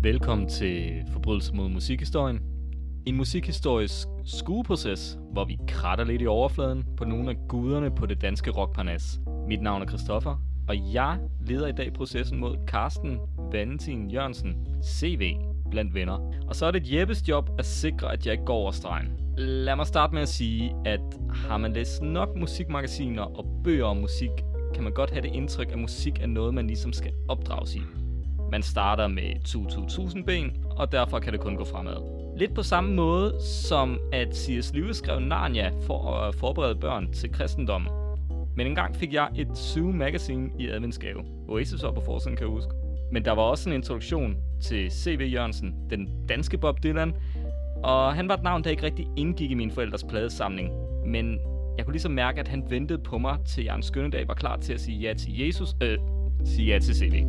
Velkommen til Forbrydelse mod musikhistorien. En musikhistorisk skueproces, hvor vi kratter lidt i overfladen på nogle af guderne på det danske rockparnas. Mit navn er Christoffer, og jeg leder i dag processen mod Carsten Valentin Jørgensen, CV, blandt venner. Og så er det et Jeppes job at sikre, at jeg ikke går over stregen. Lad mig starte med at sige, at har man læst nok musikmagasiner og bøger om musik, kan man godt have det indtryk, at musik er noget, man ligesom skal opdrages i. Man starter med 20.000 ben, og derfor kan det kun gå fremad. Lidt på samme måde som at C.S. Lewis skrev Narnia for at forberede børn til kristendommen. Men engang fik jeg et Zoo Magazine i adventsgave. Oasis var på forsiden, kan jeg huske. Men der var også en introduktion til C.V. Jørgensen, den danske Bob Dylan. Og han var et navn, der ikke rigtig indgik i min forældres pladesamling. Men jeg kunne ligesom mærke, at han ventede på mig, til jeg en skønne dag var klar til at sige ja til Jesus. Sige ja til C.V.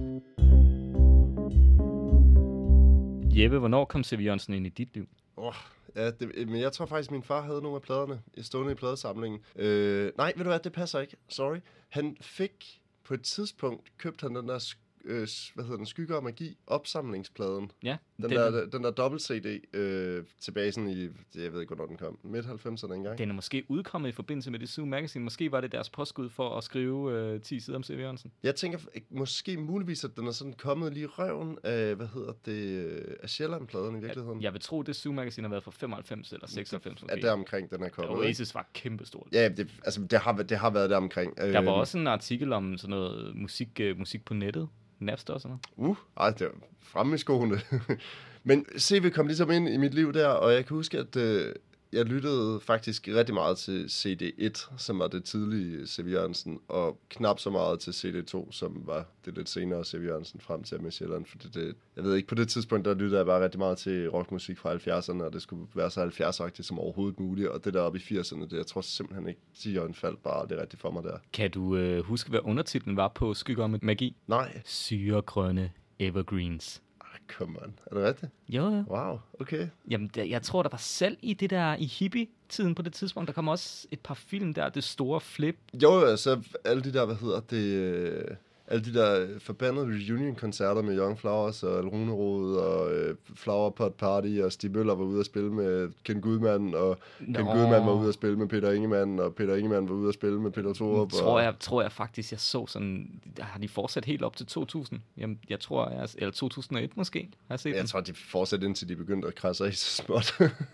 Jeppe, hvornår kom C.V. Jørgensen ind i dit liv? Men jeg tror faktisk, at min far havde nogle af pladerne stående i pladesamlingen. Nej, ved du hvad, det passer ikke. Sorry. Han fik på et tidspunkt, købt han den der Skygger og Magi opsamlingspladen. Ja. Den der dobbelt CD tilbage sådan i, jeg ved ikke, hvornår den kom, midt-90'erne engang. Den er måske udkommet i forbindelse med det Zoo Magazine. Måske var det deres påskud for at skrive 10 sider om C.V. Jørgensen. Jeg tænker måske muligvis, at den er sådan kommet lige i røven af, af Sjælland-pladen i virkeligheden. Jeg vil tro, det Zoo Magazine har været fra 95 eller 96 måske. Ja, deromkring den er kommet. Oasis var kæmpestort. Ja, det har været deromkring. Der var også en artikel om sådan noget musik på nettet. Napster og sådan noget. Det var fremme i skoene. Men CV kom ligesom ind i mit liv der, og jeg kan huske, at jeg lyttede faktisk rigtig meget til CD1, som var det tidlige C.V. Jørgensen, og knap så meget til CD2, som var det lidt senere C.V. Jørgensen frem til med Sjælland. For jeg ved ikke, på det tidspunkt, der lyttede jeg bare rigtig meget til rockmusik fra 70'erne, og det skulle være så 70'agtigt som overhovedet muligt, og det der oppe i 80'erne, det jeg tror simpelthen ikke, Sion faldt bare det rigtigt for mig der. Kan du huske, hvad undertitlen var på Skygger og Magi? Nej. Syregrønne evergreens. Come on. Er det rigtigt? Jo. Wow, okay. Jamen, jeg tror, der var selv i det der, i hippie-tiden på det tidspunkt, der kom også et par film der, det store flip. Jo, altså alle de der, alle de der forbandede reunion-koncerter med Young Flowers og Alrunerod og Flower Pot Party, og Stig Møller var ude at spille med Ken Gudman, og Ken Gudman var ude at spille med Peter Ingemann, og Peter Ingemann var ude at spille med Peter Thorup. Tror jeg faktisk, jeg så sådan, har de fortsat helt op til 2000? Jamen, jeg tror, eller 2001 måske, har jeg set Jeg tror, de fortsatte indtil de begyndte at krasse af så småt.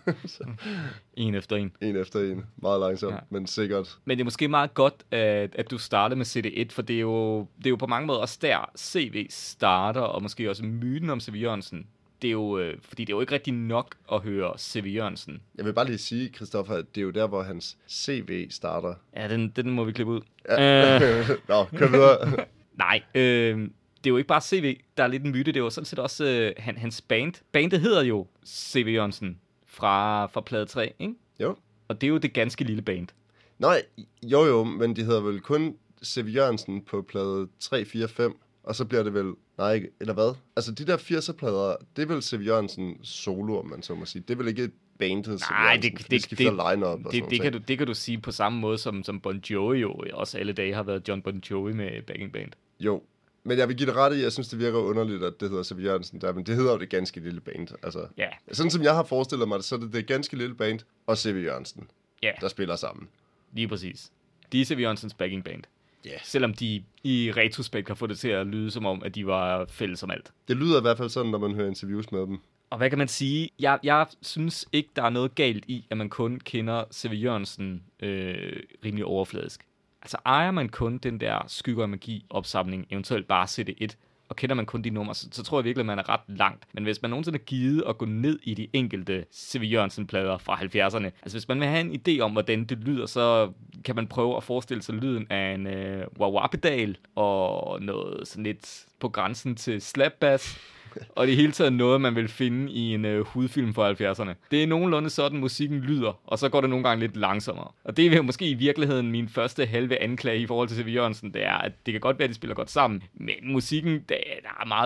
En efter en. En efter en. Meget langsomt, ja. Men sikkert. Men det er måske meget godt, at du startede med CD1, for det er jo på mange måder også der CV starter, og måske også myten om C.V. Jørgensen. Det er jo, fordi det er jo ikke rigtig nok at høre C.V. Jørgensen. Jeg vil bare lige sige, Christoffer, at det er jo der, hvor hans CV starter. Ja, den må vi klippe ud. Ja. Nå, kør videre. Nej, det er jo ikke bare CV, der er lidt en myte. Det er jo sådan set også hans band. Bandet hedder jo C.V. Jørgensen fra plade 3, ikke? Jo. Og det er jo det ganske lille band. Nej, jo, men de hedder vel kun C.V. Jørgensen på plade 3, 4, 5, og så bliver det vel, nej, eller hvad? Altså, de der 80'er-plader, det er vel C.V. Jørgensen solo, om man så må sige. Det er vel ikke bandet C.V. Jørgensen, det skifter line-up og sådan det kan du sige på samme måde, som Bon Jovi jo også alle dage har været John Bon Jovi med backing band. Jo, men jeg vil give det ret i, jeg synes, det virker underligt, at det hedder C.V. Jørgensen der, men det hedder jo det ganske lille band. Altså, ja. Sådan som jeg har forestillet mig det, så er det ganske lille band og C.V. Jørgensen, der spiller sammen. Lige præcis. De er C.V. Jørgensens backing band. Yeah. Selvom de i retrospekt har fået det til at lyde som om, at de var fælles om alt. Det lyder i hvert fald sådan, når man hører interviews med dem. Og hvad kan man sige? Jeg synes ikke, der er noget galt i, at man kun kender C.V. Jørgensen rimelig overfladisk. Altså ejer man kun den der Skygger og Magi opsamling, eventuelt bare CD1, og kender man kun de numre, så tror jeg virkelig, at man er ret langt. Men hvis man nogensinde er givet at gå ned i de enkelte C.V. Jørgensen-plader fra 70'erne, altså hvis man vil have en idé om, hvordan det lyder, så kan man prøve at forestille sig lyden af en wah-wah-pedal, og noget sådan lidt på grænsen til slapbass, og det er hele taget noget, man vil finde i en hudfilm fra 70'erne. Det er nogenlunde sådan, musikken lyder, og så går det nogle gange lidt langsommere. Og det er måske i virkeligheden min første halve anklage i forhold til C.V. Jørgensen, det er, at det kan godt være, at de spiller godt sammen, men musikken, der er meget fyldt.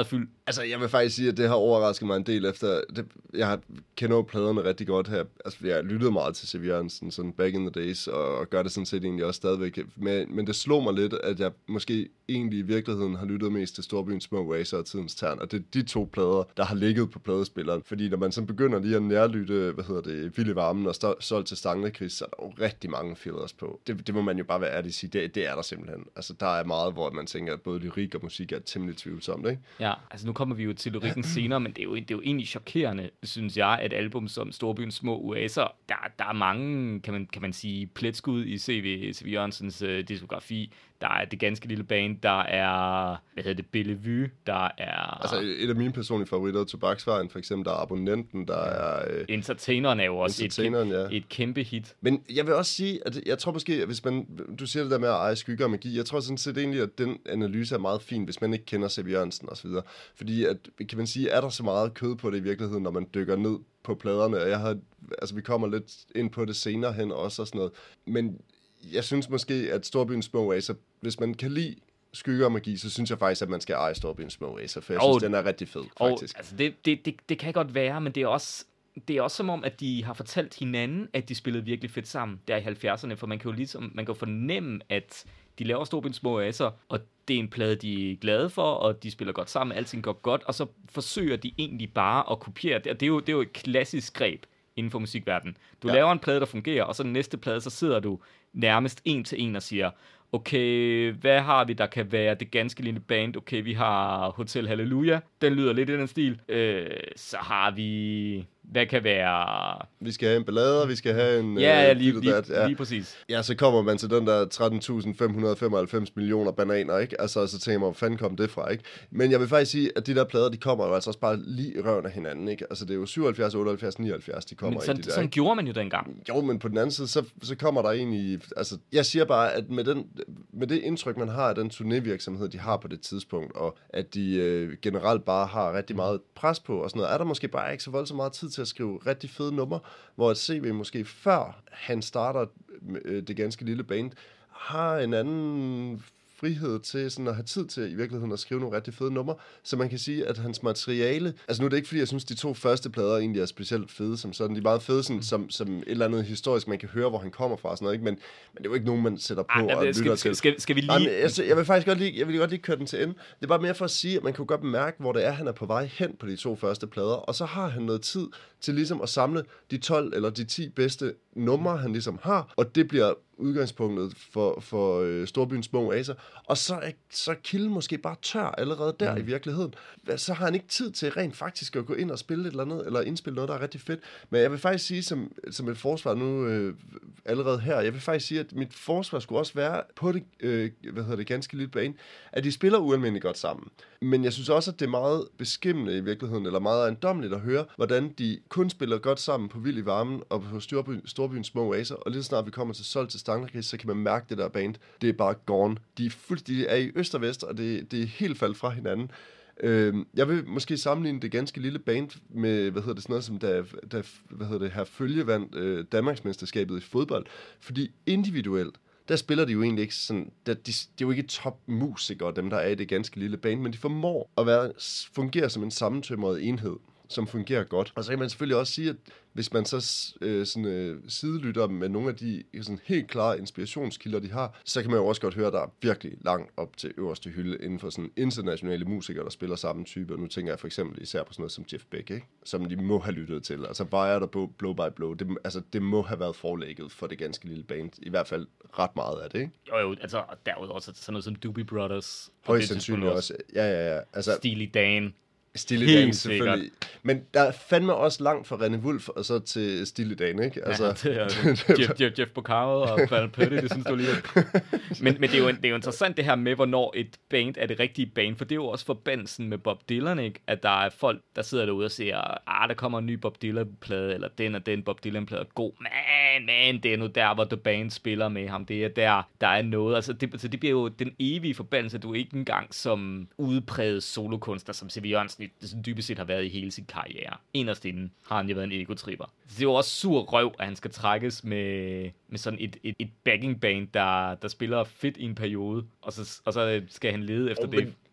Altså, jeg vil faktisk sige, at det har overrasket mig en del efter... Jeg kender jo pladerne rigtig godt her. Altså, jeg har lyttet meget til C.V. Jørgensen, sådan back in the days, og gør det sådan set egentlig også stadigvæk. Men det slog mig lidt, at jeg måske egentlig i virkeligheden har lyttet mest til Storbyens Små Oaser og Tidens Tern, og det er de 2 plader, der har ligget på pladespilleren. Fordi når man så begynder lige at nærlytte, Vild i Varmen og Solgt til Stanglekris, så er der jo rigtig mange fillers på. Det må man jo bare være ærlig at sige. Det er der simpelthen. Altså, der er meget, hvor man tænker, at både lyrik og musik er temmelig tvivlsomt, ikke? Ja, altså nu kommer vi jo til lyrikken senere, men det er jo egentlig chokerende, synes jeg, at album som Storbyens Små Oaser, der er mange, kan man sige, pletskud i C.V. Jørgensens diskografi. Der er Det Ganske Lille Band, der er, Bellevue, der er... Altså et af mine personlige favoritter, Tobaksvejen for eksempel, der er Abonnenten, der er... Entertaineren er jo også et kæmpe hit. Men jeg vil også sige, at jeg tror måske, hvis du siger det der med at eje skygger og magi, jeg tror sådan set egentlig, at den analyse er meget fin, hvis man ikke kender C.V. Jørgensen og så videre. Fordi at, kan man sige, er der så meget kød på det i virkeligheden, når man dykker ned på pladerne, og vi kommer lidt ind på det senere hen også og sådan noget. Men jeg synes måske, at Storbyens Små Oaser, hvis man kan lide skygger og magi, så synes jeg faktisk, at man skal eje Storbyens Små Oaser, for jeg synes, den er rigtig fed, faktisk. Altså det kan godt være, men det er også som om, at de har fortalt hinanden, at de spillede virkelig fedt sammen der i 70'erne, for man kan jo fornemme, at de laver Storbyens Små Oaser, og det er en plade, de er glade for, og de spiller godt sammen, alting går godt, og så forsøger de egentlig bare at kopiere det, og det er jo et klassisk greb inden for musikverdenen. Du laver en plade, der fungerer, og så den næste plade, så sidder du nærmest en til en og siger, okay, hvad har vi, der kan være Det Ganske Lille Band? Okay, vi har Hotel Halleluja. Den lyder lidt i den stil. Så har vi... Hvad kan være... Vi skal have en ballade, vi skal have en... Lige præcis. Ja, så kommer man til den der 13.595 millioner bananer, ikke? Altså, så tænker man, hvor fanden kom det fra, ikke? Men jeg vil faktisk sige, at de der plader, de kommer jo altså også bare lige i røven af hinanden, ikke? Altså, det er jo 77, 78, 79, de kommer men i de der, sådan gjorde man jo dengang. Jo, men på den anden side, så kommer der egentlig... Altså, jeg siger bare, at med det indtryk, man har af den turnévirksomhed, de har på det tidspunkt, og at de generelt bare har rigtig meget pres på og sådan noget, er der måske bare ikke så voldsomt meget tid til at skrive rigtig fede numre, hvor et CV måske før han starter Det Ganske Lille Band, har en anden frihed til sådan at have tid til i virkeligheden at skrive nogle rigtig fede numre, så man kan sige, at hans materiale, altså nu er det ikke fordi, jeg synes, de 2 første plader egentlig er specielt fede som sådan, de er meget fede sådan, som et eller andet historisk, man kan høre, hvor han kommer fra, sådan noget, ikke? Men det er jo ikke nogen, man sætter på og lytter til. Skal vi lige... Jeg vil faktisk godt lige køre den til ende. Det er bare mere for at sige, at man kan godt mærke, hvor det er, han er på vej hen på de 2 første plader, og så har han noget tid til ligesom at samle de 12 eller de 10 bedste numre, han ligesom har, og det bliver udgangspunktet for Storbyens Små Oaser. Og så kilden måske bare tør allerede der i virkeligheden. Så har han ikke tid til rent faktisk at gå ind og spille et eller andet, eller indspille noget, der er rigtig fedt. Men jeg vil faktisk sige, som et forsvar nu allerede her, jeg vil faktisk sige, at mit forsvar skulle også være på det Ganske Lille Band, at de spiller ualmindeligt godt sammen. Men jeg synes også, at det er meget beskæmmende i virkeligheden, eller meget ejendommeligt at høre, hvordan de kun spiller godt sammen på Vild i Varmen og på Storbyens Små Oaser, og lige snart vi kommer til Solgt til Stanglekris, så kan man mærke det der band. Det er bare gone. De er i øst og vest, og det er helt faldt fra hinanden. Jeg vil måske sammenligne Det Ganske Lille Band med, sådan noget som da her følgevandt Danmarksmesterskabet i fodbold, fordi individuelt, der spiller de jo egentlig ikke sådan, de er jo ikke topmusikere, dem der er i Det Ganske Lille Band, men de formår at fungere som en sammentømret enhed, som fungerer godt. Og så kan man selvfølgelig også sige, at hvis man så sidelytter med nogle af de sådan helt klare inspirationskilder, de har, så kan man jo også godt høre, at der er virkelig langt op til øverste hylde inden for sådan internationale musikere, der spiller samme type. Og nu tænker jeg for eksempel især på sådan noget som Jeff Beck, ikke? Som de må have lyttet til. Altså Wired og Blow by Blow, det må have været forlægget for Det Ganske Lille Band. I hvert fald ret meget af det, ikke? Jo, altså derudover også sådan noget som Doobie Brothers. Højst sandsynligt også. Ja. Altså, Steely Dan. Steely Dan selvfølgelig. Men der er fandme også langt fra René Wulff og så til Steely Dan, ikke? Altså, ja, det er Jeff Porcaro og Val Purdy, det synes du lige. Men det er jo interessant det her med, hvornår et band er det rigtige band, for det er jo også forbandelsen med Bob Dylan, ikke? At der er folk, der sidder derude og siger, der kommer en ny Bob Dylan-plade, eller den og den Bob Dylan-plade er god. Men det er nu der, hvor The Band spiller med ham. Det er der er noget. Altså, det bliver jo den evige forbandelse, du ikke engang som udpræget solokunstner, som C.V. Jørgensen dybest set har været i hele sin karriere. Inderst inden har han jo været en egotripper. Det er jo også sur røv, at han skal trækkes med sådan et backing band, der spiller fedt i en periode, og så skal han lede efter det.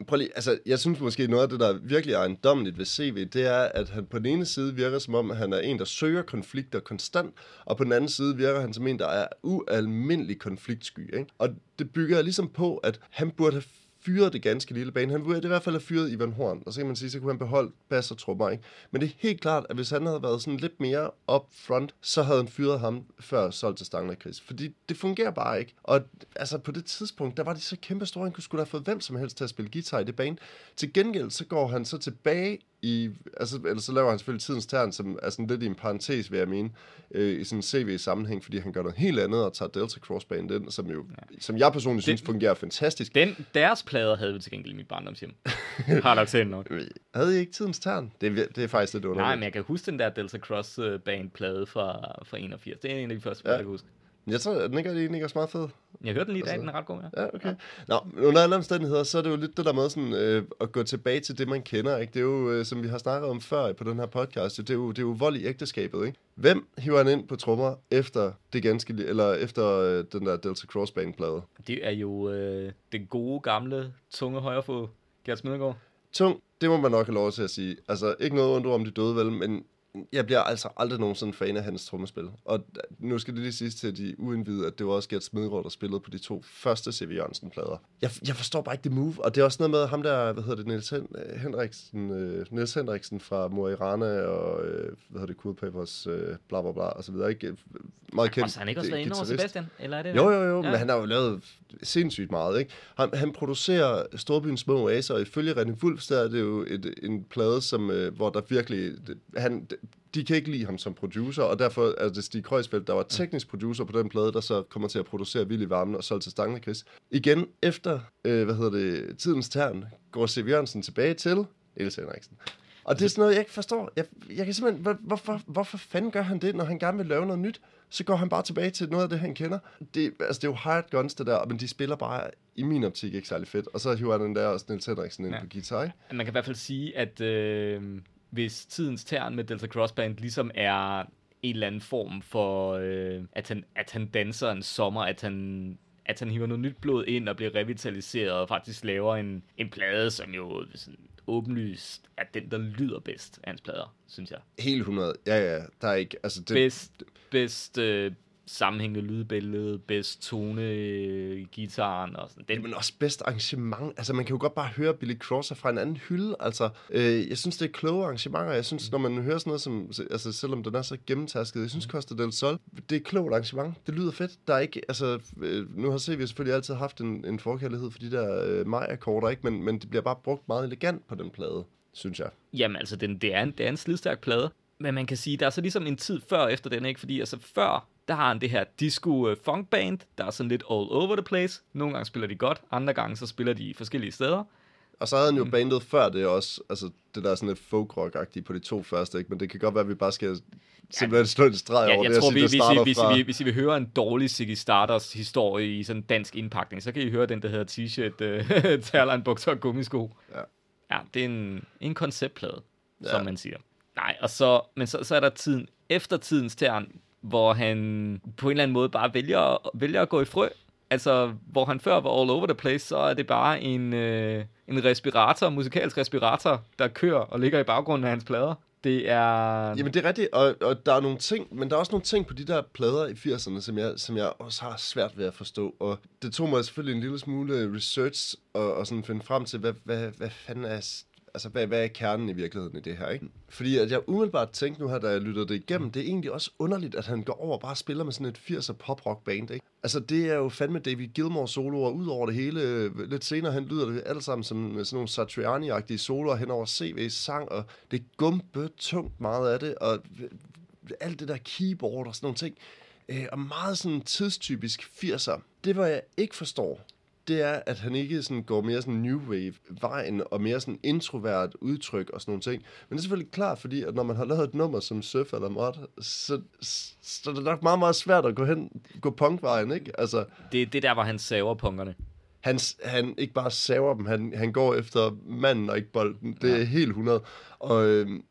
prøv lige, altså, jeg synes måske noget af det, der virkelig er ejendommeligt ved CV, det er, at han på den ene side virker som om, han er en, der søger konflikter konstant, og på den anden side virker han som en, der er ualmindelig konfliktsky, ikke? Og det bygger ligesom på, at han burde have fyret det ganske lille band. Han burde i hvert fald have fyret Ivan Horn, og så kan man sige, så kunne han beholde bass og trommer, ikke? Men det er helt klart, at hvis han havde været sådan lidt mere upfront, så havde han fyret ham før solgt til Stangler Chris. Fordi det fungerer bare ikke. Og altså på det tidspunkt, der var de så kæmpe store, han skulle have fået hvem som helst til at spille guitar i det band. Til gengæld, så går han så tilbage eller så laver han selvfølgelig Tidens Tern, som er sådan lidt i en parentes, vil jeg mene, i sådan en CV-sammenhæng, fordi han gør noget helt andet og tager Delta Cross Band ind, som jeg personligt synes fungerer fantastisk. Deres plader havde vi til gengæld i mit barndomshjem. Paradoksalt nok. Havde I ikke Tidens Tern? Det er faktisk lidt underligt. Nej, men jeg kan huske den der Delta Cross Band-plade fra 81. Det er en af de første, jeg kan huske. Jeg tror, den ikke også meget fed. Jeg hørte den lige i dag, den er ret god, ja. Ja, okay. Nå, under alle omstændigheder, så er det jo lidt det der med sådan, at gå tilbage til det, man kender, ikke? Det er jo, som vi har snakket om før på den her podcast, det er jo vold i ægteskabet, ikke? Hvem hiver han ind på trommer efter efter den der Delta Cross Band-plade? Det er jo den gode, gamle, tunge højrefod, Gert Smidegaard. Tung, det må man nok have lov til at sige. Altså, ikke noget ondt om de døde, vel, men jeg bliver altså aldrig nogensinde fan af hans trommespil. Og nu skal det lige siges til de uindvidede, at det var også Gert Smidegaard, der spillede på de 2 første C.V. Jørgensen-plader. Jeg forstår bare ikke det move, og det er også noget med ham der, Niels Henriksen fra Mo i Rana og, Cool Papers, bla bla bla, og så videre, ikke? Meget kendt. Og han ikke også været inde over Sebastian, eller er det? Jo, ja. Men han har jo lavet sindssygt meget, ikke? Han producerer Storbyens Små Oaser, og ifølge René Wulff, der er det jo en plade, som, hvor der virkelig... De kan ikke lide ham som producer, og derfor er det Stig Kreuzfeldt, der var teknisk producer på den plade, der så kommer til at producere Vild i Varmen og solgt til Stangler Chris. Igen, efter, Tidens Tern, går C.V. Jørgensen tilbage til Niels Henriksen. Og det er sådan noget, jeg ikke forstår. Jeg kan simpelthen... Hvorfor fanden gør han det, når han gerne vil lave noget nyt? Så går han bare tilbage til noget af det, han kender. Det er jo hard guns, det der, men de spiller bare i min optik ikke særlig fedt. Og så hiver den der også Niels Henriksen ind på guitar, ikke? Man kan i hvert fald sige, at hvis Tidens Tern med Delta Cross Band ligesom er en eller anden form for, at han danser en sommer, at han hiver noget nyt blod ind og bliver revitaliseret og faktisk laver en plade, som jo sådan åbenlyst er den, der lyder bedst af hans plader, synes jeg. Helt 100. Ja. Der er ikke... Altså det... Bedst sammenhængende lydbillede, bedst tone i guitaren og sådan. Men også bedst arrangement. Altså, man kan jo godt bare høre Billy Crosser fra en anden hylde. Altså, jeg synes, det er kloge arrangementer. Jeg synes, når man hører sådan noget som... Altså, selvom den er så gennemtasket, jeg synes, Costa del Sol, det er et klogt arrangement. Det lyder fedt. Der er ikke... Altså, nu har vi selvfølgelig altid haft en forkærlighed for de der maj-akkorder, ikke? Men det bliver bare brugt meget elegant på den plade, synes jeg. Jamen, altså, det er en slidstærk plade. Men man kan sige, der er så ligesom en tid før efter den, ikke? Fordi altså før, der har han det her disco-funk-band, der er sådan lidt all over the place. Nogle gange spiller de godt, andre gange så spiller de forskellige steder. Og så havde han jo bandet før det også, altså det der sådan lidt folk-rock-agtigt på de 2 første, ikke? Men det kan godt være, at vi bare skal simpelthen slå en streg over det. Jeg tror, hvis I vil høre en dårlig Ziggy Stardust historie i sådan en dansk indpakning, så kan I høre den, der hedder T-shirt, Terline-bukser og gummisko. Ja, det er en konceptplade, som man siger. Nej, men så er der tiden efter Tidens Tern, hvor han på en eller anden måde bare vælger at gå i frø. Altså, hvor han før var all over the place, så er det bare en respirator, musikalsk respirator, der kører og ligger i baggrunden af hans plader. Det er... Jamen, det er rigtigt, og der er nogle ting, men der er også nogle ting på de der plader i 80'erne, som jeg også har svært ved at forstå. Og det tog mig selvfølgelig en lille smule research og sådan finde frem til, hvad fanden er... Altså, hvad er kernen i virkeligheden i det her, ikke? Fordi at jeg umiddelbart tænkte nu her, da jeg lyttede det igennem, det er egentlig også underligt, at han går over og bare spiller med sådan et 80'er pop-rock band, ikke? Altså, det er jo fandme David Gilmour soloer ud over det hele. Lidt senere hen lyder det alt sammen som sådan nogle Satriani-agtige soloer hen over CV's sang, og det er tungt meget af det, og alt det der keyboard og sådan nogle ting, og meget sådan tidstypisk 80'er. Det, hvor jeg ikke forstår, det er, at han ikke sådan går mere sådan new wave-vejen og mere sådan introvert udtryk og sådan nogle ting. Men det er selvfølgelig klart, fordi at når man har lavet et nummer som Surf eller Mod, så er det nok meget, meget svært at gå punkvejen, ikke? Altså, det er der, hvor han saver punkerne. Han ikke bare saver dem, han går efter manden og ikke bolden. Det er helt 100. Og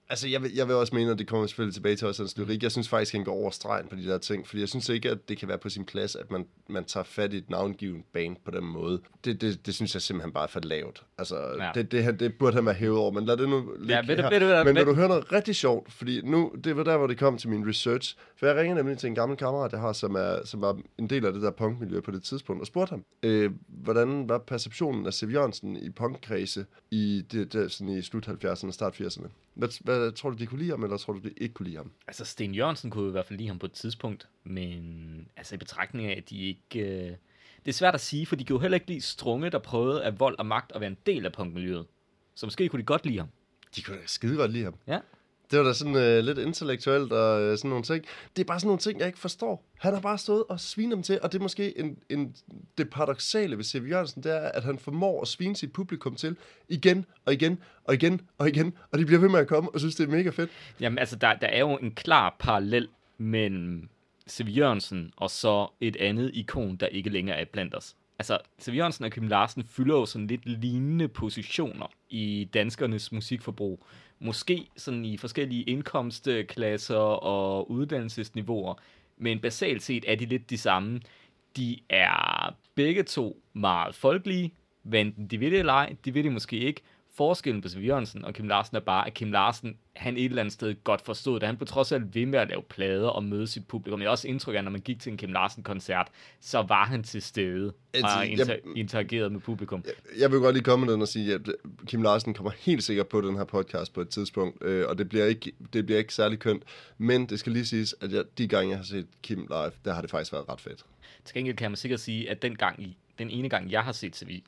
Altså, jeg vil også mene, at det kommer selvfølgelig tilbage til også hans lyrik. Jeg synes faktisk, at han går over stregen på de der ting, fordi jeg synes ikke, at det kan være på sin plads, at man tager fat i et navngivet band på den måde. Det synes jeg simpelthen bare er for lavt. Altså, det burde han være hævet over, men lad det nu ligge her. Men vil du høre noget rigtig sjovt, fordi nu, det var der, hvor det kom til min research, for jeg ringede nemlig til en gammel kammerat, jeg har, som var en del af det der punkmiljø på det tidspunkt, og spurgte ham, hvordan var perceptionen af Siv Jørgensen i punkkredse i sådan i slut 70'erne og start 80'erne? Hvad tror du, de kunne lide ham, eller tror du, de ikke kunne lide ham? Altså, Sten Jørgensen kunne i hvert fald lide ham på et tidspunkt, men altså i betragtning af, at de ikke... Det er svært at sige, for de kan jo heller ikke lide Strunge, der prøvede af vold og magt at være en del af punkmiljøet. Så måske kunne de godt lide ham. De kunne da skide godt lide ham. Ja. Det var da sådan lidt intellektuelt og sådan nogle ting. Det er bare sådan nogle ting, jeg ikke forstår. Han har bare stået og svinet dem til, og det er måske det paradoksale ved Siv Jørgensen, det er, at han formår at svine sit publikum til igen og igen og igen og igen, og de bliver ved med at komme og synes, det er mega fedt. Jamen altså, der er jo en klar parallel mellem Siv Jørgensen og så et andet ikon, der ikke længere er blandt os. Altså, Siv Jørgensen og Kim Larsen fylder jo sådan lidt lignende positioner i danskernes musikforbrug. Måske sådan i forskellige indkomstklasser og uddannelsesniveauer, men basalt set er de lidt de samme. De er begge to meget folkelige, men de ved det eller ej, de ved det måske ikke. Forskellen på Siv Jørgensen og Kim Larsen er bare, at Kim Larsen, han et eller andet sted godt forstod det. Han blev trods alt ved med at lave plader og møde sit publikum. Jeg har også indtryk af, når man gik til en Kim Larsen-koncert, så var han til stede og interagerede med publikum. Jeg vil godt lige komme med den og sige, at Kim Larsen kommer helt sikkert på den her podcast på et tidspunkt, og det bliver ikke særlig kønt. Men det skal lige siges, at de gange, jeg har set Kim live, der har det faktisk været ret fedt. Til gengæld kan man sikkert sige, at den ene gang, jeg har set Siv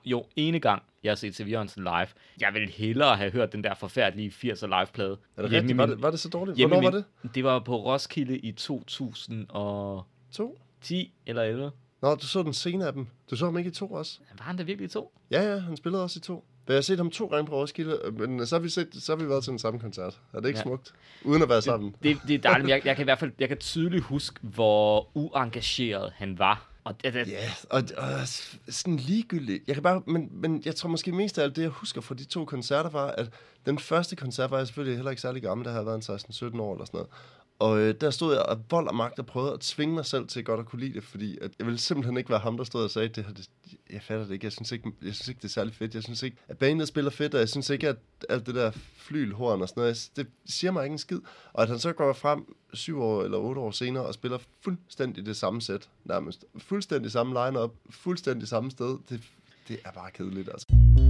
Jørgensen live, jeg ville hellere have hørt den der forfærdelige 80'er liveplade. Er det rigtigt? Var det så dårligt? Hvornår var det? Det var på Roskilde i 2010 eller 11. Nå, du så den scene af dem. Du så ham ikke i 2 også? Var han da virkelig i 2? Ja, han spillede også i 2. Jeg har set ham 2 gange på Roskilde, men så har vi været til den samme koncert. Er det ikke smukt? Uden at være sammen. Det er dejligt, men jeg kan i hvert fald tydeligt huske, hvor uengageret han var. Og sådan ligegyldigt. Men jeg tror måske mest af alt det, jeg husker fra de 2 koncerter, var, at den første koncert var jeg selvfølgelig heller ikke særlig gammel, der havde været en 16-17 år eller sådan noget. Og der stod jeg af vold og magt og prøvede at tvinge mig selv til godt at kunne lide det, fordi at jeg ville simpelthen ikke være ham, der stod og sagde, jeg fatter det ikke, jeg synes ikke, det er særlig fedt, jeg synes ikke, at bandet spiller fedt, og jeg synes ikke, at alt det der flylhorn og sådan noget, det siger mig ikke en skid. Og at han så går frem 7 år eller 8 år senere og spiller fuldstændig det samme sæt, nærmest. Fuldstændig samme line-up, fuldstændig samme sted, det er bare kedeligt, altså.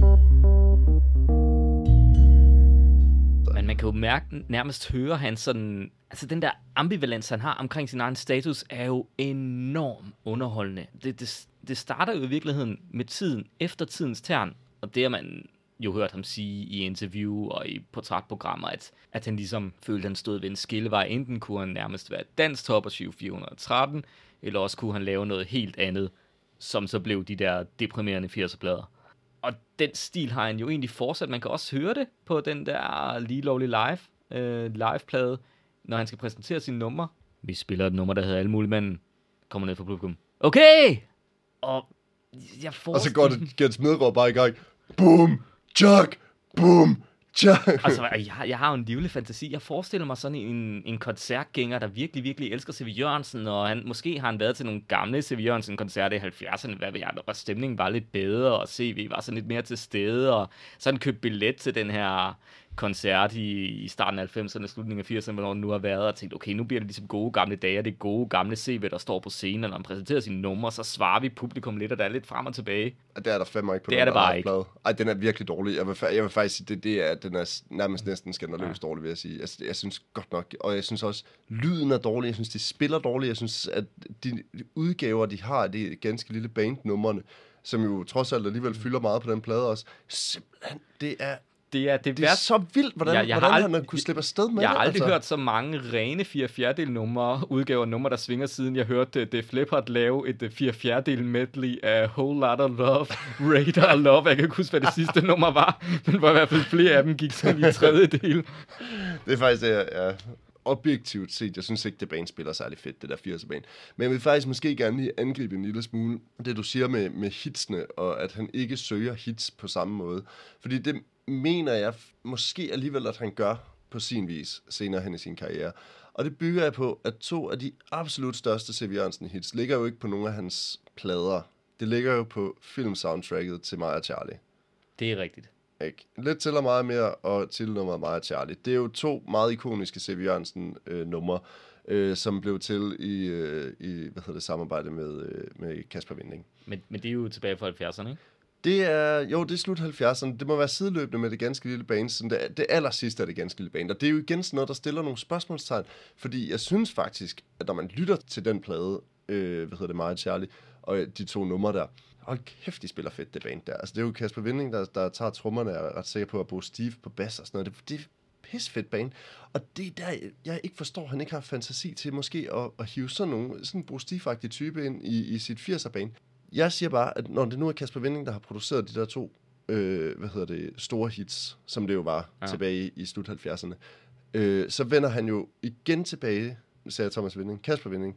Men man kan jo nærmest høre han sådan... Altså den der ambivalens, han har omkring sin egen status, er jo enormt underholdende. Det starter jo i virkeligheden med tiden, efter tidens tern. Og det har man jo hørt ham sige i interview og i portrætprogrammer, at han ligesom følte, at han stod ved en skillevej. Enten kunne han nærmest være danstop og 413, eller også kunne han lave noget helt andet, som så blev de der deprimerende 80'er-plader. Og den stil har han jo egentlig fortsat. Man kan også høre det på den der Lige Lovlig live-plade, når han skal præsentere sine numre. Vi spiller et nummer, der hedder Almulemanden. Kommer ned fra publikum. Okay! Og så går det smedråb bare i gang. Boom! Chuck! Boom! Chuck! Altså, jeg har jo en livlig fantasi. Jeg forestiller mig sådan en koncertgænger, der virkelig, virkelig elsker Siv Jørgensen, og måske har han været til nogle gamle Siv Jørgensen-koncerter i 70'erne, hvad ved jeg, hvor stemningen var lidt bedre, og CV var sådan lidt mere til stede, og så han købte billet til den her koncert i starten af 90'erne, slutningen af 80'erne, hvornår den nu har været, og tænkte, okay, nu bliver det ligesom gode gamle dage, og det gode gamle CV, der står på scenen, og når han præsenterer sine numre, så svarer vi publikum lidt, og der er lidt frem og tilbage. Det er der fandme ikke på det er det bare ikke. Ej, den er virkelig dårlig. Jeg vil faktisk sige, den er nærmest næsten skandaløst dårlig, vil jeg sige. Altså, jeg synes godt nok, og jeg synes også, lyden er dårlig, jeg synes, de spiller dårligt, jeg synes, at de udgaver, de har, det er ganske lille bandnummerne, som jo trods alt alligevel fylder meget på den plade også. Simpelthen, det er så vildt, hvordan han kunne slippe afsted med det. Jeg har aldrig hørt så mange rene 4/4 numre, udgaver numre, der svinger, siden jeg hørte Def Leppard lave et 4/4 medley af Whole Lotta Love, Radar Love. Jeg kan ikke huske, hvad det sidste nummer var, men hvor i hvert fald flere af dem gik sådan i 3. del. Det er faktisk objektivt set, jeg synes ikke, det band spiller særlig fedt, det der 80'er band. Men jeg vil faktisk måske gerne lige angribe en lille smule det, du siger med hitsene, og at han ikke søger hits på samme måde. Fordi det mener jeg måske alligevel, at han gør på sin vis senere hen i sin karriere. Og det bygger jeg på, at 2 af de absolut største C.V. Jørgensen-hits ligger jo ikke på nogle af hans plader. Det ligger jo på filmsoundtracket til Mig og Charlie. Det er rigtigt. Ikke? Lidt til og meget mere, og titelnummeret Mig og Charlie. Det er jo 2 meget ikoniske C.V. Jørgensen-numre, som blev til i samarbejde med Kasper Winding. Men det er jo tilbage fra 70'erne, ikke? Det er slut 70'erne. Det må være sideløbende med Det Ganske Lille Band. Sådan det aller sidste af Det Ganske Lille Band. Og det er jo igen sådan noget, der stiller nogle spørgsmålstegn. Fordi jeg synes faktisk, at når man lytter til den plade, Mig og Charlie, og de 2 numre der, hold kæft, de spiller fedt, det band der. Altså, det er jo Kasper Winding, der tager trommerne, jeg er ret sikker på, at Bo Steve på bass og sådan noget. Det er pissefedt band. Og det er der, jeg ikke forstår, han ikke har fantasi til måske at hive sådan en Bo Steve-agtig type ind i sit 80'er-band. Jeg siger bare, at når det nu er Kasper Winding, der har produceret de der 2 store hits, som det jo var tilbage i slut 70'erne, så vender han jo igen tilbage, sagde Thomas Winding, Kasper Winding.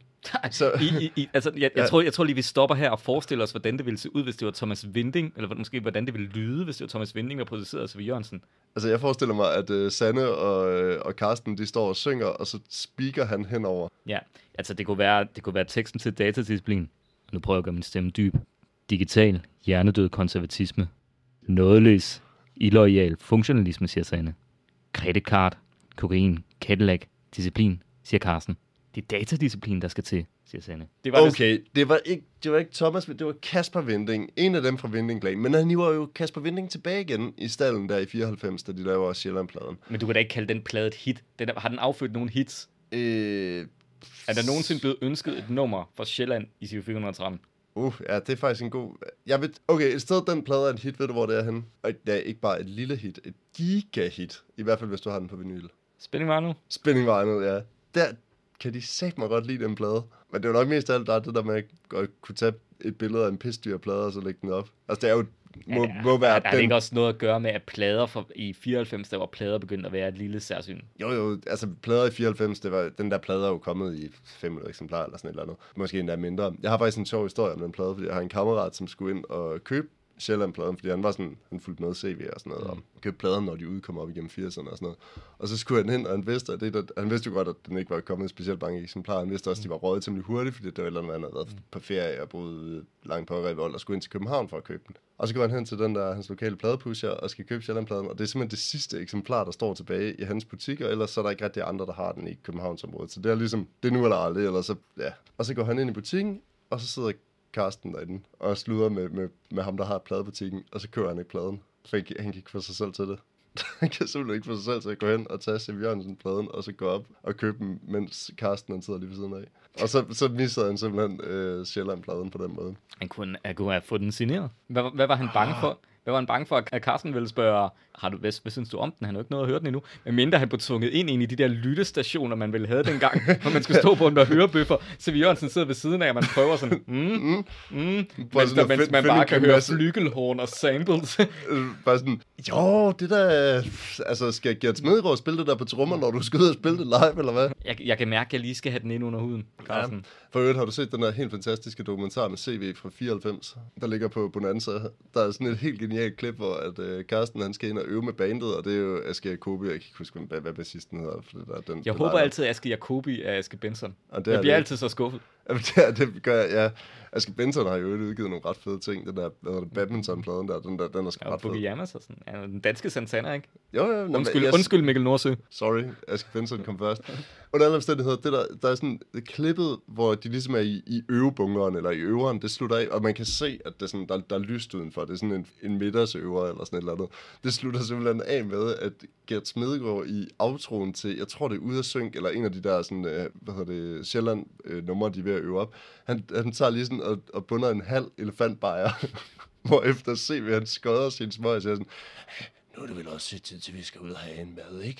Jeg tror lige, vi stopper her og forestiller os, hvordan det ville se ud, hvis det var Thomas Winding, eller måske hvordan det ville lyde, hvis det var Thomas Winding, der producerede af C.V. Jørgensen. Altså, jeg forestiller mig, at Sanne og Karsten, de står og synger, og så speaker han henover. Ja, altså det kunne være teksten til Datadisciplin. Nu prøver jeg at gøre min stemme dyb. Digital, hjernedød konservatisme. Nådeløs, illoyal funktionalisme, siger Sanne. Kreditcard, kokain, Cadillac, disciplin, siger Carsten. Det er datadisciplin, der skal til, siger Sanne. Det var ikke Thomas, det var Kasper Winding. En af dem fra Winding Clan. Men han var jo Kasper Winding tilbage igen i stallen der i 94, da de laver Sjælland-pladen. Men du kan da ikke kalde den plade et hit. Har den affødt nogle hits? Er der nogensinde blevet ønsket et nummer fra Sjælland i Giro 413? Ja, det er faktisk en god... et sted, den plade er et hit, ved du, hvor det er henne? Og det er ikke bare et lille hit, et giga-hit. I hvert fald, hvis du har den på vinyl. Spinning Vinyl? Spinning Vinyl, ja. Der kan de sagt mig godt lide den plade. Men det er jo nok mest af alt, der er det der med at kunne tage et billede af en pisdyr-plade og så lægge den op. Altså, det er jo... må være der er ikke også noget at gøre med, at plader i 94, der var plader begyndt at være et lille særsyn? Jo, altså plader i 94, den der plade er jo kommet i 500 eksemplarer eller sådan et eller andet. Måske endda mindre. Jeg har faktisk en sjov historie om den plade, fordi jeg har en kammerat, som skulle ind og købe Sjælland-pladen, fordi han fulgte med CV og sådan noget, og købte pladen, når de udkom op igennem 80'erne og sådan noget. Og så skulle han hen, og han vidste, han vidste jo godt, at den ikke var kommet specielt mange eksemplarer. Han vidste også, at de var røget temmelig hurtigt, fordi det var et eller andet, han havde været på ferie og boet langt på Revold og skulle ind til København for at købe den. Og så går han hen til den der, hans lokale pladepusher, og skal købe Sjælland-pladen, og det er simpelthen det sidste eksemplar, der står tilbage i hans butik, og ellers så er der ikke rigtig andre, der har den i Københavnsområdet. Så det er ligesom, det er nu eller aldrig, eller så, ja. Og så går han ind i butikken, og så sidder Karsten derinde og sluder med ham, der har pladebutikken, og så kører han ikke pladen. For han kan ikke få sig selv til det. Han kan simpelthen ikke få sig selv til at gå hen og tage C.V. Jørgensen-pladen, og så gå op og købe den, mens Karsten han sidder lige ved siden af. Og så missede han simpelthen Sjælland-pladen på den måde. Han kunne have fået den signeret. Hvad var han bange for? Hvad var han bange for, at Carsten ville spørge, hvad synes du om den? Han har jo ikke noget at høre den endnu. Men mindre han blev tvunget ind i de der lyttestationer, man ville have dengang, hvor man skulle stå på en hørebøffer. C.V. Jørgensen sidder ved siden af, og man prøver sådan, mens man bare kan høre flygelhorn og samples. Bare sådan, jo, det der, altså skal Gert Smedegaard spille det der på trommer, når du skal ud og spille det live, eller hvad? Jeg kan mærke, at jeg lige skal have den ind under huden, Carsten. Ja. For øvrigt har du set den der helt fantastiske dokumentar med CV fra 94, der ligger på Bonanza. Der er sådan et helt genialt klip, hvor at Carsten han skal ind og øve med bandet, og det er jo Aske Jacobi, jeg kan ikke huske, hvad bassisten hedder. For det der, jeg håber altid, at Aske Jacobi er Aske Benson. Jeg bliver altid så skuffet. Det gør jeg, ja. Aske Benson har jo udgivet nogle ret fede ting. Den der, badminton-pladen der, den er sgu ret fed. Boogie Yamas og sådan. Ja, den danske Santana, ikke? Jo. Undskyld Mikkel Nordsø. Sorry, Aske Benson kom først. Under alle omstændigheder, der er sådan klippet, hvor de ligesom er i øvebunkeren, eller i øveren, det slutter af, og man kan se, at det er sådan, der er lyst udenfor. Det er sådan en middagsøver, eller sådan et eller andet. Det slutter simpelthen af med, at Gert Smedegaard i outroen til, jeg tror det er Ude af Synk, eller en af de der sådan, Sjælland-numre, de er ved at øve op. Han tager lige sådan og bunder en halv elefantbajer, hvorefter CV han skodder sin smøg og siger sådan, nu er det vel også tid til, vi skal ud og have en mad, ikke?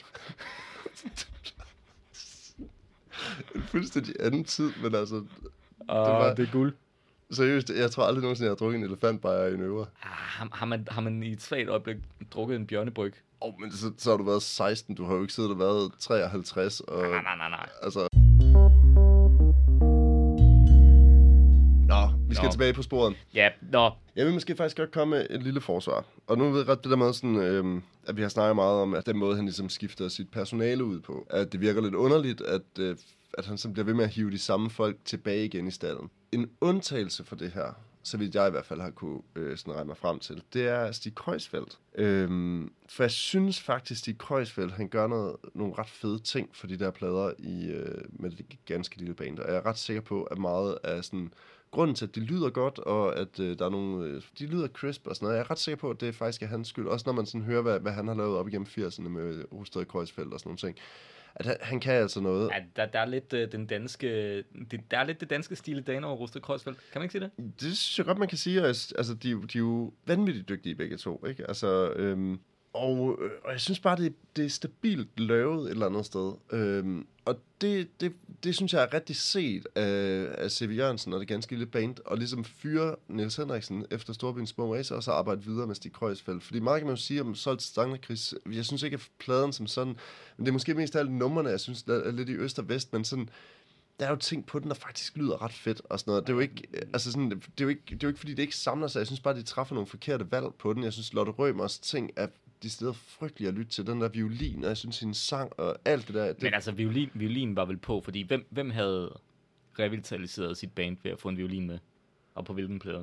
En fuldstændig anden tid, men altså... det er guld. Seriøst, jeg tror aldrig nogensinde, jeg har drukket en elefantbajer i en øver. Har man i et svagt øjeblik drukket en bjørnebryg? Men så har du været 16, du har jo ikke siddet og været 53. Og, nej. Altså... Nå, Vi skal tilbage på sporet. Ja, nå. Jeg vil måske faktisk godt komme med et lille forsvar. Og nu ved jeg ret det der med sådan, at vi har snakket meget om, at den måde, han ligesom skifter sit personale ud på, at det virker lidt underligt, at han så bliver ved med at hive de samme folk tilbage igen i stallen. En undtagelse for det her, så vidt jeg i hvert fald har kunne sådan regne mig frem til, det er Stig Kreuzfeldt. For jeg synes faktisk, Stig Kreuzfeldt, han gør nogle ret fede ting for de der plader med det ganske lille band. Og jeg er ret sikker på, at meget af sådan grunden til, at de lyder godt, og at der er nogle, de lyder crisp og sådan noget. Jeg er ret sikker på, at det faktisk er hans skyld. Også når man sådan hører, hvad han har lavet op igennem 80'erne med Rosted Kreuzfeldt og sådan nogle ting. At han kan altså noget. Ja, der er lidt der er lidt det danske Stile Dane over Rosted Kreuzfeldt. Kan man ikke sige det? Det synes jeg godt, man kan sige. Altså, de er jo vanvittigt dygtige begge to, ikke? Altså, og jeg synes bare, det er stabilt lavet et eller andet sted. Og det synes jeg er rigtig set af C.V. Jørgensen og det ganske lille band, og ligesom fyre Niels Henriksen efter Storbyens Små Racer, og så arbejde videre med Stig Kreuzfeldt. Fordi meget kan man jo sige om Solgt Stangerkris. Jeg synes ikke, at pladen som sådan, men det er måske mest af alle numrene, jeg synes, der er lidt i øst og vest, men sådan, der er jo ting på den, der faktisk lyder ret fedt og sådan noget. Det er jo ikke, altså sådan, det er jo ikke fordi det ikke samler sig. Jeg synes bare, de træffer nogle forkerte valg på den. Jeg synes, Lotte Rømers ting er de steder frygteligt at lytte til. Den der violin, og jeg synes, hendes sang og alt det der. Men altså, violin var vel på, fordi hvem havde revitaliseret sit band ved at få en violin med? Og på hvilken plade?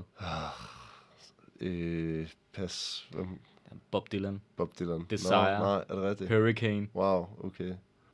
Pas. Bob Dylan. Desire. Nej, er det rigtigt? Hurricane. Wow, okay.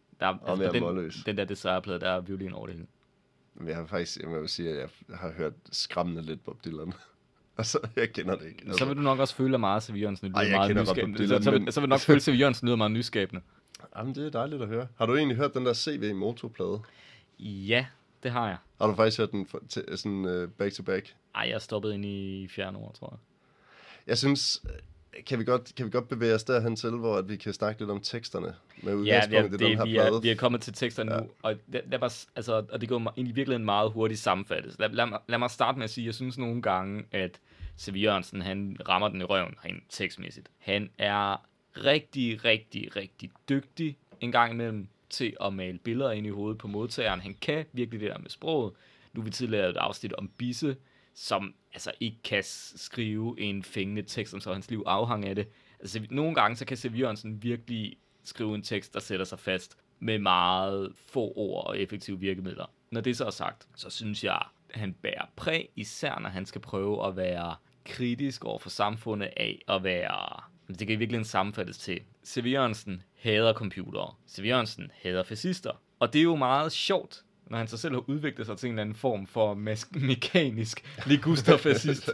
Den der Desire-plade, der er violin over det hele. Men jeg vil sige, at jeg har hørt skræmmende lidt Bob Dylan. Altså, jeg kender det ikke. Altså. Så vil du nok også føle, at meget C.V. Jørgensen lyder meget nyskabende. Så vil du nok føle, at C.V. Jørgensen lyder meget nyskabende. Jamen, det er dejligt at høre. Har du egentlig hørt den der CV Moto-plade? Ja, det har jeg. Har du faktisk hørt den sådan back-to-back? Ej, jeg er stoppet ind i fjerne ord, tror jeg. Jeg synes, kan vi godt bevæge os derhen til, hvor at vi kan snakke lidt om teksterne med udgangspunkt i den her plade? Vi er kommet til teksterne nu, og og det går i virkeligheden meget hurtigt sammenfattes. Lad mig starte med at sige, at jeg synes nogle gange, at C.V. Jørgensen, han rammer den i røven rent tekstmæssigt. Han er rigtig, rigtig, rigtig dygtig en gang imellem til at male billeder ind i hovedet på modtageren. Han kan virkelig det der med sproget. Nu har vi tidligere lavet et afsnit om Bisse, som altså ikke kan skrive en fængende tekst, som så hans liv afhang af det. Altså nogle gange så kan C.V. Jørgensen virkelig skrive en tekst, der sætter sig fast med meget få ord og effektive virkemidler. Når det så er sagt, så synes jeg, at han bærer præg, især når han skal prøve at være kritisk over for samfundet af at være... Det kan virkelig sammenfattes til. C.V. Jørgensen hader computere. C.V. Jørgensen hader fascister. Og det er jo meget sjovt, når han så selv har udviklet sig til en eller anden form for mekanisk ligusterfascist,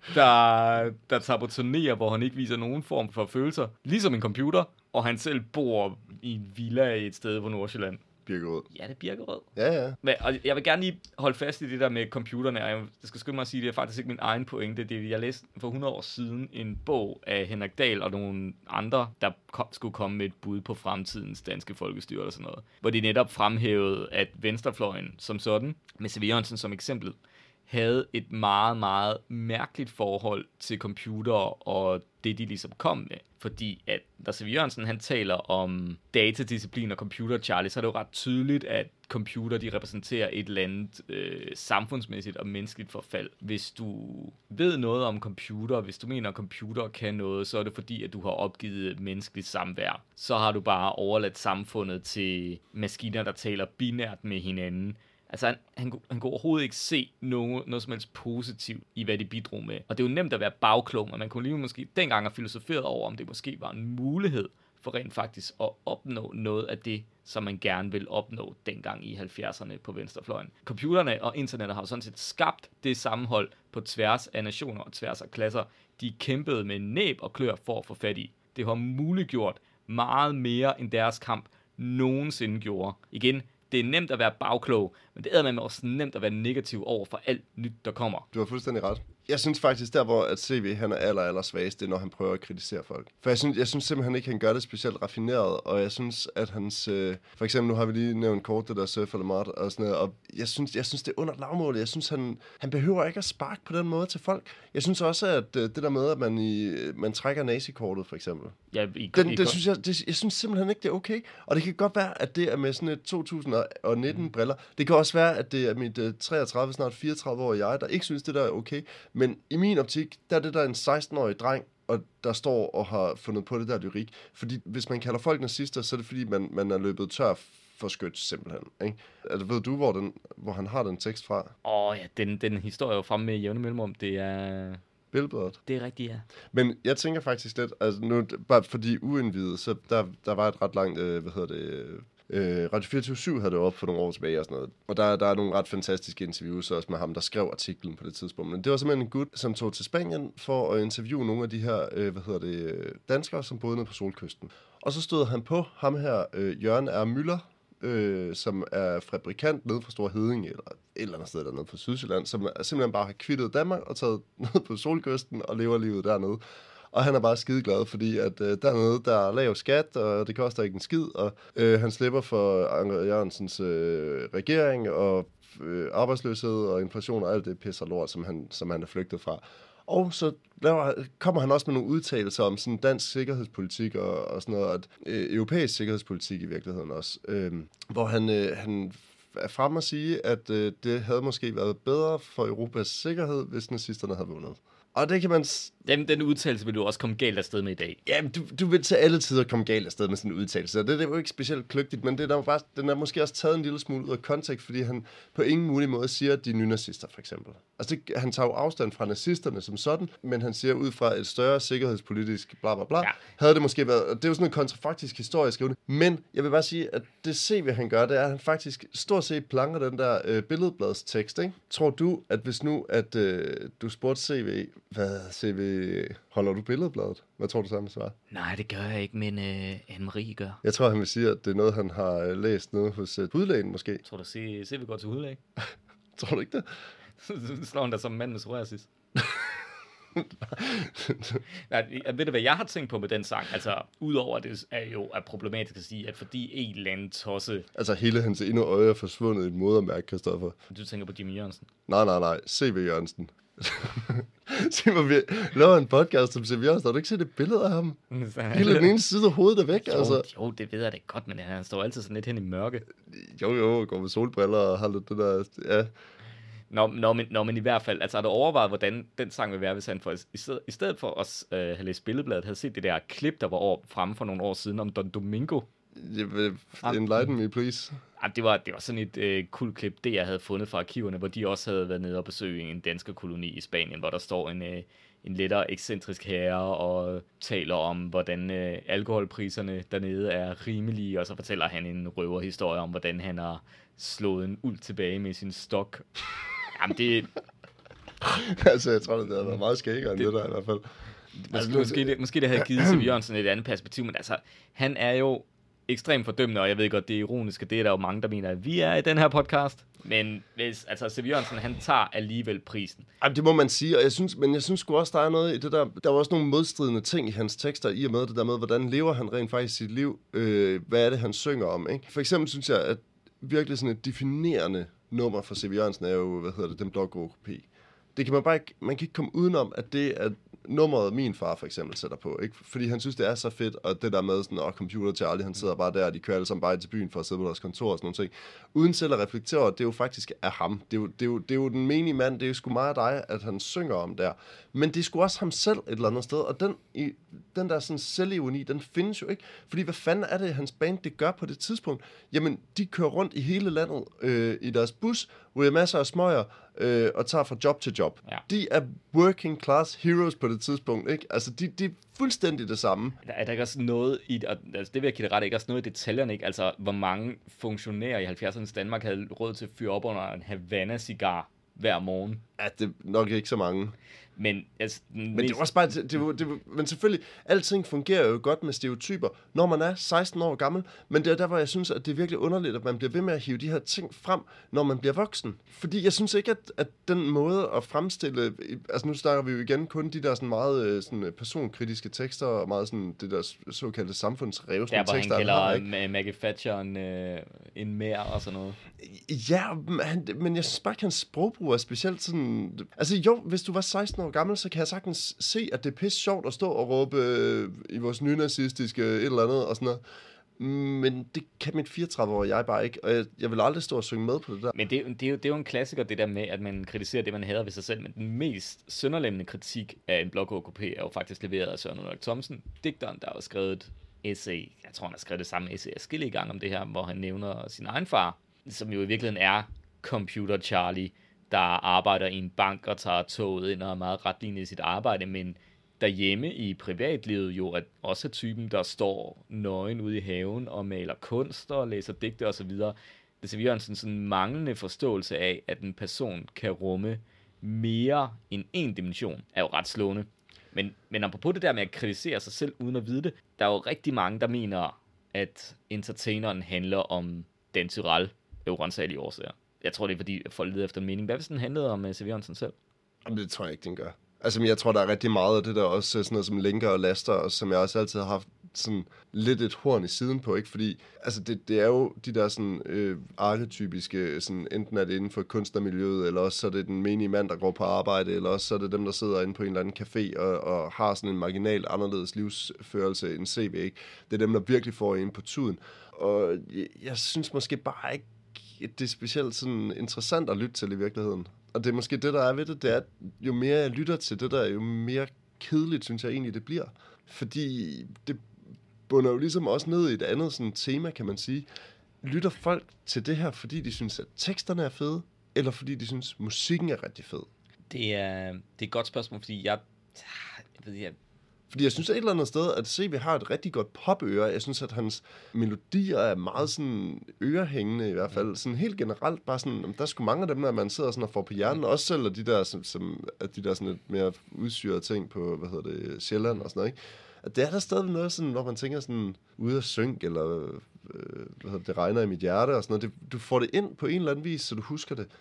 der tager på turnéer, hvor han ikke viser nogen form for følelser, ligesom en computer, og han selv bor i en villa et sted på Nordsjælland. Birkerød. Ja, det er Birkerød. Ja. Men, og jeg vil gerne lige holde fast i det der med computerne, og jeg skal skynde mig at sige, at det er faktisk ikke min egen pointe. Jeg læste for 100 år siden en bog af Henrik Dahl og nogle andre, der skulle komme med et bud på fremtidens danske folkestyre eller sådan noget, hvor de netop fremhævede, at venstrefløjen som sådan, med C.V. Jørgensen som eksempel, havde et meget, meget mærkeligt forhold til computer og det, de ligesom kom med. Fordi at da C.V. Jørgensen, han taler om datadisciplin og computer, Charlie, så er det jo ret tydeligt, at computer, de repræsenterer et eller andet samfundsmæssigt og menneskeligt forfald. Hvis du ved noget om computer, hvis du mener, at computer kan noget, så er det fordi, at du har opgivet menneskeligt samvær. Så har du bare overladt samfundet til maskiner, der taler binært med hinanden. Altså, han kunne overhovedet ikke se noget som helst positivt i, hvad de bidrog med. Og det er jo nemt at være bagklog, og man kunne lige måske dengang have filosoferet over, om det måske var en mulighed for rent faktisk at opnå noget af det, som man gerne ville opnå dengang i 70'erne på venstrefløjen. Computerne og internettet har jo sådan set skabt det sammenhold på tværs af nationer og tværs af klasser. De kæmpede med næb og klør for at få fat i. Det har muliggjort meget mere, end deres kamp nogensinde gjorde. Igen, det er nemt at være bagklog, men det er man også nemt at være negativ over for alt nyt, der kommer. Du har fuldstændig ret. Jeg synes faktisk, der hvor at CV han er aller svagest, det er, når han prøver at kritisere folk. For jeg synes simpelthen ikke, han gør det specielt raffineret, og jeg synes, at hans... for eksempel, nu har vi lige nævnt kort, det der Surfer Lamont og sådan noget, og jeg synes, det er under lavmålet. Jeg synes, han behøver ikke at sparke på den måde til folk. Jeg synes også, at det der med, at man trækker nazikortet, for eksempel. Ja, jeg synes simpelthen ikke, det er okay. Og det kan godt være, at det er med sådan et 2019-briller. Det kan også være, at det er mit 33, snart 34-årige jeg, der ikke synes, det der er okay. Men i min optik, der er det der en 16-årig dreng, og der står og har fundet på det der lyrik. Fordi hvis man kalder folk nazister, så er det fordi, man er løbet tør for skyt, simpelthen. Ikke? Altså, ved du, hvor han har den tekst fra? Ja, den historie er jo fremme med jævne mellemrum. Det er... Billedbladet. Det er rigtigt, ja. Men jeg tænker faktisk lidt, altså nu, bare fordi uindvidet, så der var et ret langt, Radio 24/7 havde det op for nogle år tilbage og sådan noget. Og der er nogle ret fantastiske interviews også med ham, der skrev artiklen på det tidspunkt. Men det var simpelthen en gut, som tog til Spanien for at interviewe nogle af de her, danskere, som boede nede på Solkysten. Og så stod han på ham her, Jørgen R. Müller, som er fabrikant nede fra Store Heddinge, eller et eller andet sted dernede på Sydsjælland, som simpelthen bare har kvittet Danmark og taget ned på Solkysten og lever livet dernede. Og han er bare skideglad, fordi at dernede, der er lav skat, og det koster ikke en skid, og han slipper for Anker Jørgensens regering, og arbejdsløshed og inflation og alt det pisser lort, som han er flygtet fra. Og så kommer han også med nogle udtalelser om sådan dansk sikkerhedspolitik og sådan noget, at europæisk sikkerhedspolitik i virkeligheden også, hvor han er frem at sige, at det havde måske været bedre for Europas sikkerhed, hvis nazisterne havde vundet. Og det kan man... Den udtalelse vil du også komme galt afsted med i dag. Jamen, du vil til alle tider komme galt afsted med sådan en udtalelse. Det er jo ikke specielt kløgtigt, men den er måske også taget en lille smule ud af kontekst, fordi han på ingen mulig måde siger, at de er nynazister, for eksempel. Altså, han tager jo afstand fra nazisterne som sådan, men han siger ud fra et større sikkerhedspolitisk bla bla bla, ja. Havde det måske været... Det er jo sådan en kontrafaktisk historie skrivende. Men jeg vil bare sige, at det CV, han gør, det er, at han faktisk stort set planker den der billedbladstekst, ikke? Tror du, at hvis nu, at du spurgte CV... Hvad CV... Holder du billedbladet? Hvad tror du sammen svarer? Nej, det gør jeg ikke, men Anne-Marie gør. Jeg tror, han vil sige, at det er noget, han har læst nede hos hudlægen, måske. Tror du, CV går til hudlæge? Tror du ikke det? Så slår han da som mand med psoriasis. Nej, ved du, hvad jeg har tænkt på med den sang? Altså, udover at det er problematisk at sige, at fordi en eller anden tosse... Altså, hele hans ene øje er forsvundet i et modermærke, Christoffer. Du tænker på Jimmy Jørgensen? Nej. C.V. Jørgensen. Sig mig, vi laver en podcast om C.V. Jørgensen. Har du ikke set et billede af ham? Hele den ene side af hovedet er væk, altså. Jo, det ved jeg da godt, men han står altid sådan lidt hen i mørke. Jo, går med solbriller og har lidt det der... Ja. Nå, men i hvert fald, altså har du overvejet, hvordan den sang vil være, hvis han i stedet for at have læst billedbladet, havde set det der klip, der var fremme for nogle år siden om Don Domingo? Enlighten me, please. Det var sådan et cool klip, det jeg havde fundet fra arkiverne, hvor de også havde været nede og besøge en dansk koloni i Spanien, hvor der står en lettere ekscentrisk herre og taler om, hvordan alkoholpriserne dernede er rimelige, og så fortæller han en røverhistorie om, hvordan han har slået en uld tilbage med sin stok. Jamen det... Altså, jeg tror, det havde været meget skækkere end det der i hvert fald. Måske det havde givet C.V. Jørgensen et andet perspektiv, men altså, han er jo ekstremt fordømmende, og jeg ved godt, det er ironisk, og det er der jo mange, der mener, at vi er i den her podcast. Men hvis, altså, C.V. Jørgensen, han tager alligevel prisen. Jamen, det må man sige, og jeg synes sgu også, der er noget i det der. Der var også nogle modstridende ting i hans tekster, i og med det der med, hvordan lever han rent faktisk sit liv. Hvad er det, han synger om, ikke? For eksempel synes jeg, at virkelig sådan et definerende nummer for C.V. Jørgensen er jo, Den blågrå kopi. Det kan man kan ikke komme udenom, at det er nummeret min far for eksempel sætter på, ikke? Fordi han synes, det er så fedt, og det der med sådan, computer til aldrig, han sidder bare der, og de kører alle sammen bare til byen for at sidde på deres kontor og sådan noget ting. Uden selv at reflektere, det er jo faktisk af ham. Det er jo den menige mand, det er jo sgu meget dig, at han synger om der. Men det er sgu også ham selv et eller andet sted, og den der sådan selvironi, den findes jo ikke. Fordi hvad fanden er det, hans band det gør på det tidspunkt? Jamen, de kører rundt i hele landet i deres bus, ryger masser af smøger, og tager fra job til job. Ja. De er working class heroes på det tidspunkt, ikke? Altså, de er fuldstændig det samme. Er der ikke også noget i, altså det vil jeg give det ret, ikke også noget i detaljerne, ikke? Altså, hvor mange funktionærer i 70'ernes Danmark havde råd til at fyre op under en Havana-cigar hver morgen? Ja, det er nok ikke så mange. Men, altså, men det er også bare, men selvfølgelig, alting fungerer jo godt med stereotyper, når man er 16 år gammel, men det er der, hvor jeg synes, at det er virkelig underligt, at man bliver ved med at hive de her ting frem, når man bliver voksen. Fordi jeg synes ikke, at den måde at fremstille, altså nu snakker vi jo igen kun de der sådan meget sådan personkritiske tekster, og meget sådan det der såkaldte samfundsrevsende tekster. Der, hvor han kalder Maggie Thatcher en mær og sådan noget. Ja, men jeg synes bare, at hans sprogbrug er specielt sådan... Altså jo, hvis du var 16 år gammel, så kan jeg sagtens se, at det er pisse sjovt at stå og råbe i vores nynazistiske et eller andet og sådan noget. Men det kan mit 34-årige jeg bare ikke, og jeg vil aldrig stå og synge med på det der. Men det er jo en klassiker, det der med, at man kritiserer det, man hader ved sig selv, men den mest sønderlemmende kritik af en blog HKP er jo faktisk leveret af Søren Ulrik Thomsen, digteren, der har skrevet et essay, jeg tror han har skrevet det samme essay adskillige gange om det her, hvor han nævner sin egen far, som jo i virkeligheden er Computer Charlie, der arbejder i en bank og tager toget ind og er meget retlinjet i sit arbejde, men derhjemme i privatlivet jo også er typen, der står nøgen ude i haven og maler kunst og læser digte osv. Det ser vi sådan en manglende forståelse af, at en person kan rumme mere end en dimension, er jo ret slående. Men apropos det der med at kritisere sig selv uden at vide det, der er jo rigtig mange, der mener, at entertaineren handler om Dan Tyrell af uransagelige årsager. Jeg tror, det er fordi, folk leder efter en mening. Hvad hvis den handlede om C.V. Jørgensen selv? Jamen, det tror jeg ikke, den gør. Altså, jeg tror, der er rigtig meget af det der også sådan noget som lænker og laster, og som jeg også altid har haft sådan lidt et horn i siden på, ikke? Fordi, altså, det er jo de der sådan arketypiske, sådan, enten er det inden for kunstnermiljøet, eller også så er det den menige mand, der går på arbejde, eller også så er det dem, der sidder inde på en eller anden café og har sådan en marginal anderledes livsførelse end CV, ikke? Det er dem, der virkelig får en på tuden. Og jeg synes måske bare ikke, det er specielt sådan interessant at lytte til i virkeligheden. Og det er måske det, der er ved det, det er, at jo mere jeg lytter til det der, jo mere kedeligt, synes jeg egentlig, det bliver. Fordi det bunder jo ligesom også ned i et andet sådan tema, kan man sige. Lytter folk til det her, fordi de synes, at teksterne er fede, eller fordi de synes, musikken er rigtig fed? Det er et godt spørgsmål, fordi Fordi jeg synes et eller andet sted, at CV har et rigtig godt popøre. Jeg synes, at hans melodier er meget sådan ørehængende i hvert fald. Sådan helt generelt bare sådan, der er sgu mange af dem, der man sidder sådan og får på hjernen. Også selv af de der, de der sådan lidt mere udsyrede ting på, Sjælland og sådan noget, ikke? At det er der stadig noget sådan, hvor man tænker sådan, ude af synk, eller det regner i mit hjerte og sådan noget. Du får det ind på en eller anden vis, så du husker det.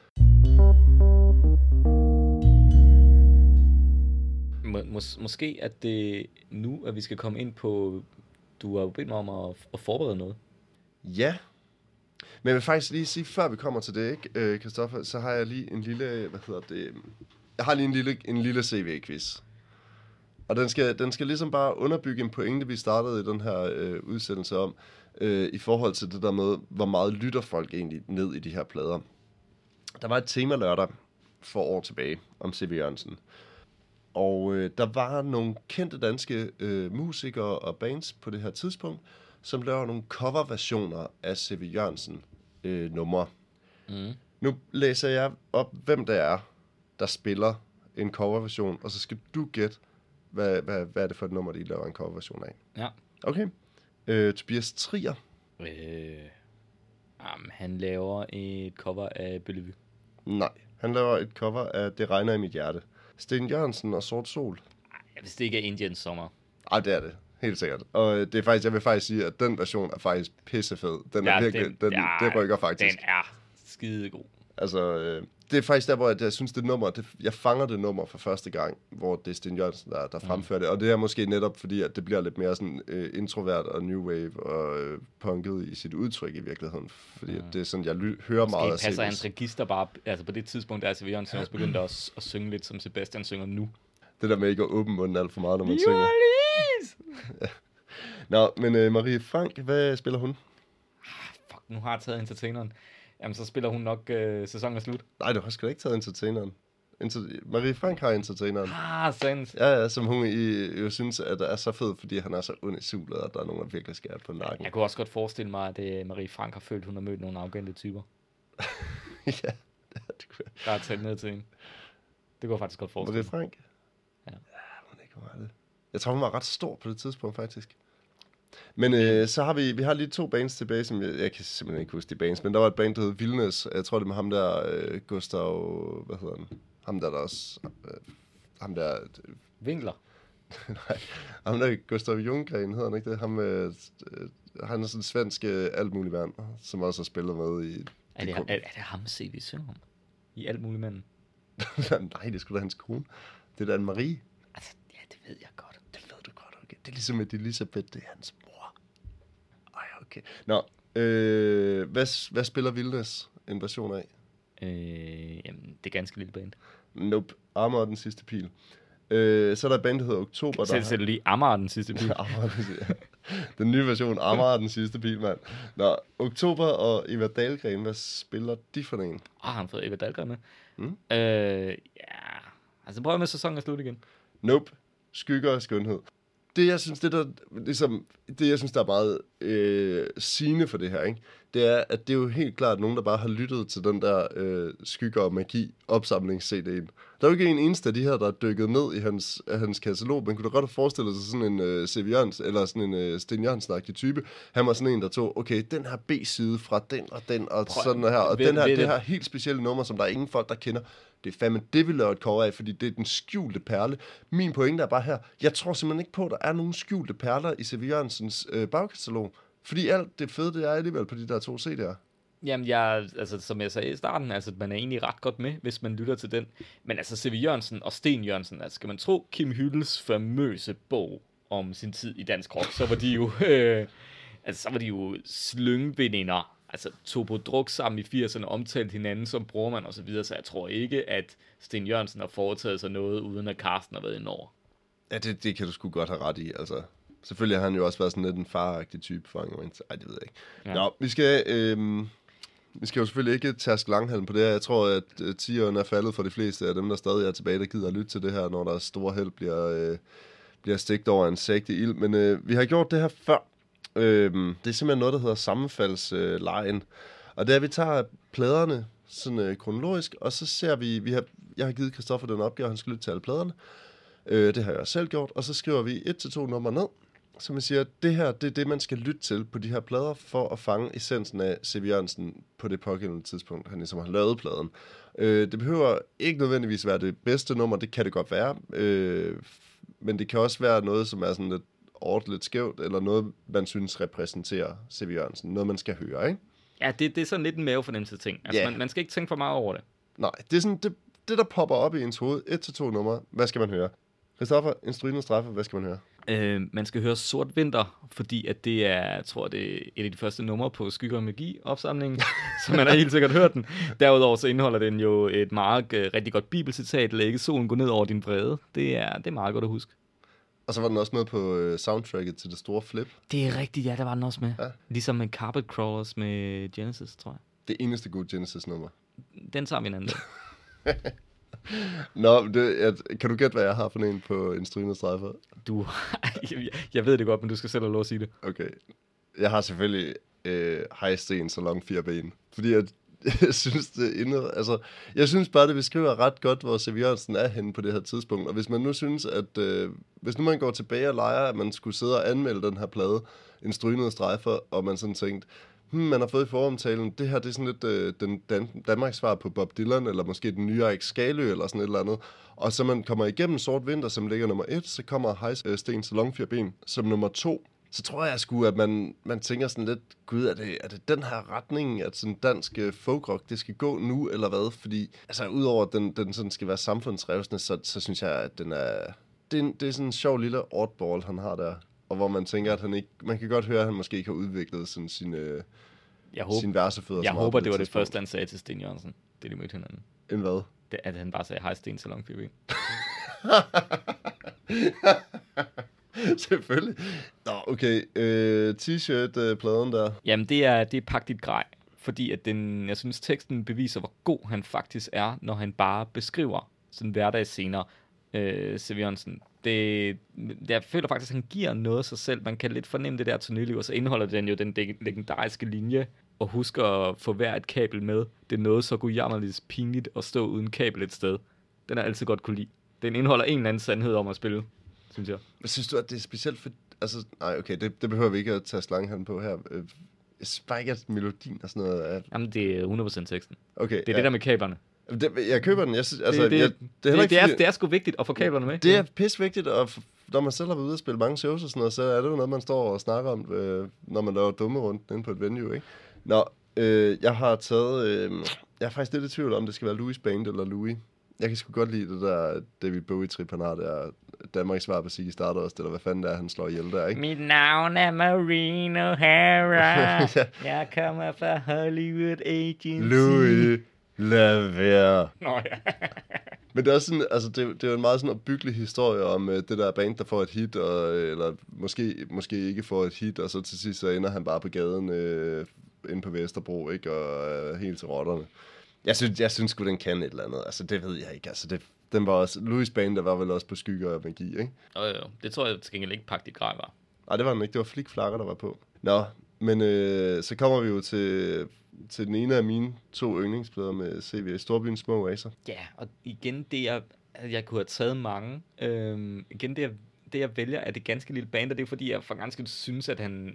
Måske at det nu, at vi skal komme ind på, du har jo bedt mig om at forberede noget. Ja, men jeg vil faktisk lige sige, før vi kommer til det, ikke, Christoffer, så har jeg lige en lille, jeg har lige en lille CV-quiz. Og den skal ligesom bare underbygge en pointe, vi startede i den her udsendelse om, i forhold til det der med, hvor meget lytter folk egentlig ned i de her plader. Der var et tema lørdag for år tilbage om C.V. Jørgensen. Og der var nogle kendte danske musikere og bands på det her tidspunkt, som laver nogle coverversioner af C.V. Jørgensen numre. Mm. Nu læser jeg op, hvem det er, der spiller en coverversion, og så skal du gætte, hvad er det for et nummer, de laver en coverversion af. Ja. Okay. Tobias Trier. Han laver et cover af Bellevue. Nej, han laver et cover af Det regner i mit hjerte. Sten Jørgensen og Sort Sol. Hvis det ikke er Indiens sommer. Ej, det er det. Helt sikkert. Og det er faktisk, jeg vil faktisk sige, at den version er faktisk pissefed. Den er virkelig, det rykker faktisk. Den er skidegod. Altså, det er faktisk der, hvor jeg synes, det nummer, jeg fanger det nummer for første gang, hvor det er Sten Jørgensen, der fremfører det. Og det er måske netop fordi, at det bliver lidt mere sådan introvert og new wave og punket i sit udtryk i virkeligheden. Fordi det er sådan, jeg hører måske meget af passer hans register bare, altså på det tidspunkt, der er C.V. Jørgensen også begyndt at synge lidt, som Sebastian synger nu. Det der med ikke at åbne munden alt for meget, når man synger. Ja. Nå, men Marie Frank, hvad spiller hun? Fuck, nu har jeg taget entertaineren. Jamen, så spiller hun nok sæsonen er slut. Nej, du har sgu da ikke taget entertaineren. Marie Frank har entertaineren. Sandt. Ja, som hun jo synes, at er så fed, fordi han er så ond i sulet, at der er nogen, der virkelig skal på nakken. Jeg kunne også godt forestille mig, at Marie Frank har følt, hun har mødt nogle arrogante typer. Ja, det kunne jeg. Der er talt ned til hende. Det kunne jeg faktisk godt forestille mig. Marie Frank? Ja. Hun ikke var det. Jeg tror, hun var ret stor på det tidspunkt, faktisk. Men så har vi har lige 2 bands tilbage, som jeg kan simpelthen ikke huske de bands, men der var et band, der hed Vildnes. Jeg tror, det er med ham der, Gustav, hvad hedder han? Ham der også, ham der... Winkler. Nej, ham der Gustav Ljunggren, hedder han ikke det? Han er sådan en svensk alt muligt mand, som også har spillet med i... Er det ham, vi synger om? I alt muligt manden? Nej, det skulle da hans kone. Det er da Anne-Marie. Altså, ja, det ved jeg godt. Det ved du godt, okay. Det er ligesom, at Elisabeth, det er hans mor. Ej, okay. Nå, hvad spiller Vildnes en version af? Jamen, det er ganske lille band. Nope. Amager den sidste pil. Så er der et band, der hedder Oktober. Sætter du lige Amager den sidste pil? Den nye version, Amager den sidste pil, mand. Nå, Oktober og Eva Dahlgren, hvad spiller de for en? Har han fået Eva Dahlgren med? Ja, altså prøv med sæsonen at slutte igen. Nope. Skygger og skønhed. Det, jeg synes, der er meget sigende for det her, ikke? Det er, at det er jo helt klart nogen, der bare har lyttet til den der skygger og magi opsamlings-CD'en. Der er jo ikke en eneste af de her, der er dykket ned i hans katalog. Man kunne da godt have forestillet sig sådan en C.V. Jørgensen, eller sådan en Sten Jørgensen-agtig type. Han var sådan en, der tog, okay, den her B-side fra den og sådan her, og det her helt specielle nummer, som der er ingen folk, der kender. Det er fandme det, vi laver et cover af, fordi det er den skjulte perle. Min pointe er bare her, jeg tror simpelthen ikke på, at der er nogen skjulte perler i C.V. Jørgensens bagkatalog. Fordi alt det fede, det er alligevel på de der 2 CD'er. Jamen, altså, som jeg sagde i starten, altså, man er egentlig ret godt med, hvis man lytter til den. Men altså, C.V. Jørgensen og Sten Jørgensen, altså, skal man tro Kim Hyttels famøse bog om sin tid i dansk rock, så var de jo slyngveninder. Altså, tog på druk sammen i 80'erne, omtalte hinanden som brormand og så videre, så jeg tror ikke, at Sten Jørgensen har foretaget sig noget, uden at Carsten har været indover. Ja, det kan du sgu godt have ret i, altså. Selvfølgelig har han jo også været sådan lidt en faragtig type for en. Ej, det ved jeg ikke. Ja. Nå, vi skal jo selvfølgelig ikke tærske langhalm på det her. Jeg tror, at 10'erne er faldet for de fleste af dem, der stadig er tilbage, der gider at lytte til det her, når der store held bliver stegt over en sægte ild. Men vi har gjort det her før. Det er simpelthen noget, der hedder sammenfaldslejen. Og det er, at vi tager pladerne sådan kronologisk, og så ser vi jeg har givet Christoffer den opgave, han skal lytte til alle pladerne. Det har jeg selv gjort, og så skriver vi 1-2 numre ned, som vi siger, det her, det er det, man skal lytte til på de her plader, for at fange essensen af C.V. Jørgensen på det pågældende tidspunkt, han ligesom har lavet pladen. Det behøver ikke nødvendigvis være det bedste nummer, det kan det godt være, men det kan også være noget, som er sådan lidt skævt, eller noget, man synes repræsenterer C.V. Jørgensen, noget man skal høre, ikke? Ja, det er sådan lidt en mavefornemmelse ting. Altså, yeah. man skal ikke tænke for meget over det. Nej, det er sådan, det der popper op i ens hoved, 1-2 numre, hvad skal man høre? Christoffer, instruerende straffe, hvad skal man høre? Man skal høre Sort Vinter, fordi at det er, jeg tror, det er et af de første numre på Skygger og Magi opsamlingen, så man har helt sikkert hørt den. Derudover så indeholder den jo et meget rigtig godt bibelcitat, lad ikke solen gå ned over din vrede. Det er meget godt at huske. Og så var den også med på soundtracket til det store flip. Det er rigtigt, ja, der var den også med. Ja. Ligesom med Carpet Crawlers med Genesis, tror jeg. Det eneste gode Genesis-nummer. Den tager vi en anden. Nå, kan du gætte, hvad jeg har for en på instruerende straffe? Jeg ved det godt, men du skal selv have lov at sige det. Okay. Jeg har selvfølgelig Hejsten Salon 4 ben. Fordi jeg synes, jeg synes bare, det beskriver ret godt, hvor C.V. Jørgensen er henne på det her tidspunkt. Og hvis man nu synes, at hvis nu man går tilbage og leger, at man skulle sidde og anmelde den her plade, instruerende strejfer, og man sådan tænkt, man har fået i foromtalen, det her det er sådan lidt den Danmarks svar på Bob Dylan, eller måske den nye Erik Skalø, eller sådan et eller andet. Og så man kommer igennem Sort Vinter, som ligger nummer 1, så kommer Hejsten Salon 4 ben som nummer 2. Så tror jeg sgu, at man tænker sådan lidt, gud, er det den her retning, at sådan dansk folkrock, det skal gå nu, eller hvad? Fordi, altså, udover at den sådan skal være samfundsrevsende, så synes jeg, at det er sådan en sjov lille oddball, han har der. Og hvor man tænker, at han ikke, man kan godt høre, at han måske ikke har udviklet sådan sin versefødder. Jeg håber, det var det første, han sagde til Sten Jørgensen, det de mødte hinanden. En hvad? Det, at han bare sagde, hej Sten, Salon 4 ben. Selvfølgelig. Nå, okay. T-shirt-pladen der. Jamen, det er Pak dit grej. Fordi at jeg synes, teksten beviser, hvor god han faktisk er, når han bare beskriver sådan hverdagsscener. C.V. Jørgensen. Jeg føler faktisk, at han giver noget af sig selv. Man kan lidt fornemme det der turnéliv, og så indeholder den jo den legendariske linje, og husk at få hver et kabel med. Det er noget så gudjammerligt pinligt at stå uden kabel et sted. Den er altid godt kunne lide. Den indeholder en eller anden sandhed om at spille, synes jeg. Men synes du, at det er specielt for... Altså, nej, okay, det behøver vi ikke at tage slangen på her. Jeg synes bare ikke, at melodien og sådan noget er... Jamen, det er 100% teksten. Okay, det er det der med kablerne. Jeg køber den. Jeg synes, det er sgu vigtigt at få kablerne med. Det er pisvigtigt, og når man selv har været ude og spille mange shows og sådan noget, så er det jo noget, man står og snakker om, når man laver dumme rundt inde på et venue, ikke? Nå, jeg har taget... jeg er faktisk lidt i tvivl om, det skal være Louis Band eller Louis. Jeg kan sgu godt lide det der David Bowie-trip, han har der. Danmarks svar på Ziggy Stardust, eller hvad fanden det er, han slår ihjel der, ikke? Mit navn er Maureen O'Hara. Jeg kommer fra Hollywood Agency. Louis, lad være. Nå ja. Men det er også sådan, altså det er jo en meget sådan opbyggelig historie om det der band, der får et hit, eller måske ikke får et hit, og så til sidst så ender han bare på gaden inde på Vesterbro, ikke? Og helt til rotterne. Jeg synes sgu, den kan et eller andet. Altså, det ved jeg ikke. Altså, den var også... Louis Band, der var vel også på skygger og magi, ikke? Jo. Det tror jeg til gengæld ikke Pagtig Grej var. Nej, det var den ikke. Det var Flik Flakker, der var på. Nå, men så kommer vi jo til den ene af mine 2 yndlingsplader med CV. Storbyens Små Oaser. Ja, og igen, jeg kunne have taget mange. Igen, det jeg vælger er det ganske lille band, og det er fordi, jeg for ganske synes, at han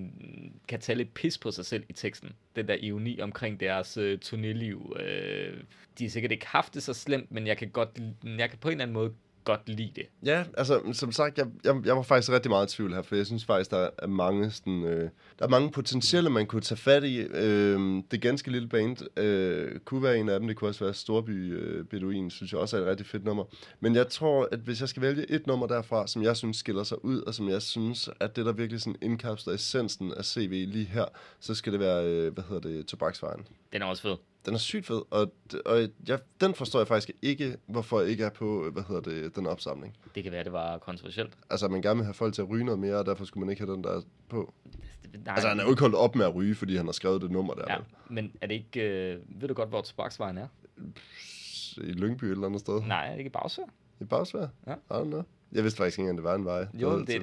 kan tage lidt pis på sig selv i teksten. Den der ironi omkring deres turnéliv. De har sikkert ikke haft det så slemt, men jeg kan på en eller anden måde godt lide det. Ja, altså som sagt, jeg var faktisk rigtig meget i tvivl her, for jeg synes faktisk, der er mange sådan, der er mange potentielle, man kunne tage fat i. Det ganske lille band kunne være en af dem, det kunne også være Storby Beduin, synes jeg også er et rigtig fedt nummer. Men jeg tror, at hvis jeg skal vælge et nummer derfra, som jeg synes skiller sig ud, og som jeg synes, at det der virkelig sådan indkapsler essensen af CV lige her, så skal det være, Tobaksvejen. Den er også fed. Den er sygt fed, og den forstår jeg faktisk ikke, hvorfor jeg ikke er på, den opsamling. Det kan være, det var kontroversielt. Altså, man gerne vil have folk til at ryge noget mere, og derfor skulle man ikke have den der på. Nej. Altså, han er jo ikke holdt op med at ryge, fordi han har skrevet det nummer der. Ja, men er det ikke... ved du godt, hvor Tobaksvejen er? I Lyngby et eller andet sted. Nej, er det ikke i Bagsvær? I Bagsvær? Ja. I don't know. Jeg vidste faktisk ikke engang, det var en vej. Jo, det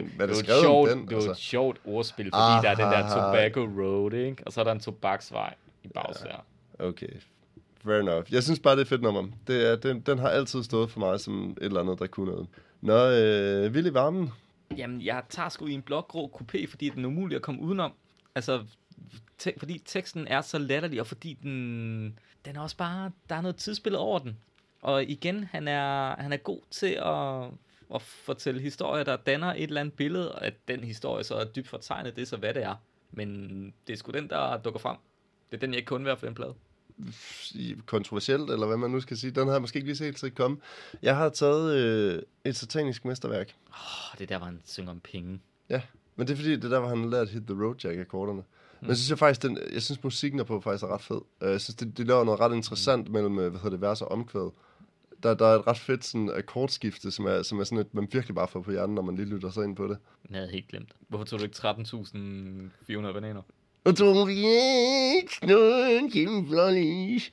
er jo et sjovt ordspil, fordi der er den der Tobacco Road, ikke? Og så er der en Tobaksvej i Bagsvær. Ja. Okay, fair enough. Jeg synes bare, det er et fedt nummer. Den har altid stået for mig som et eller andet, der kunne noget. Nå, Vild i varmen? Jamen, jeg tager sgu i en blågrå coupé, fordi den er umulig at komme udenom. Altså, fordi teksten er så latterlig, og fordi den er også bare... Der er noget tidsspillet over den. Og igen, han er god til at fortælle historier, der danner et eller andet billede, og at den historie så er dybt fortegnet, det er så hvad det er. Men det er sgu den, der dukker frem. Det er den, jeg ikke kun vil være for den plade. Kontroversielt, eller hvad man nu skal sige. Den har jeg måske ikke lige set til at komme. Jeg har taget et satanisk mesterværk. Det der, hvor han synger om penge. Ja, men det er fordi, det der, hvor han har lært Hit the Road Jack-akkorderne. Men jeg synes faktisk, jeg synes musikken er på faktisk er ret fed. Jeg synes, det laver noget ret interessant mellem, vers og omkvæd. Der er et ret fedt sådan akkordskifte, som er sådan et, man virkelig bare får på hjernen, når man lige lytter sig ind på det. Jeg havde helt glemt. Hvorfor tog du ikke 13.400 bananer? Og tror vi ikke noget kæmpe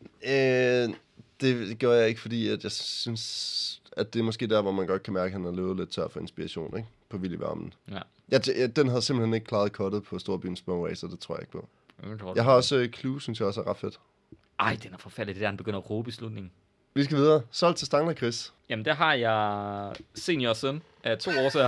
det gør jeg ikke, fordi at jeg synes, at det er måske der, hvor man godt kan mærke, at han har løbet lidt tør for inspiration, ikke? På Vild i varmen. Ja. Den havde simpelthen ikke klaret kottet på Storbyens Små Oaser, det tror jeg ikke på. Jeg har også Clue, synes jeg også er ret fedt. Ej, den er forfærdelig, det der, han begynder at råbe i slutningen. Vi skal videre. Solgt til Stangler, Chris. Jamen, der har jeg senior søn af 2 årsager.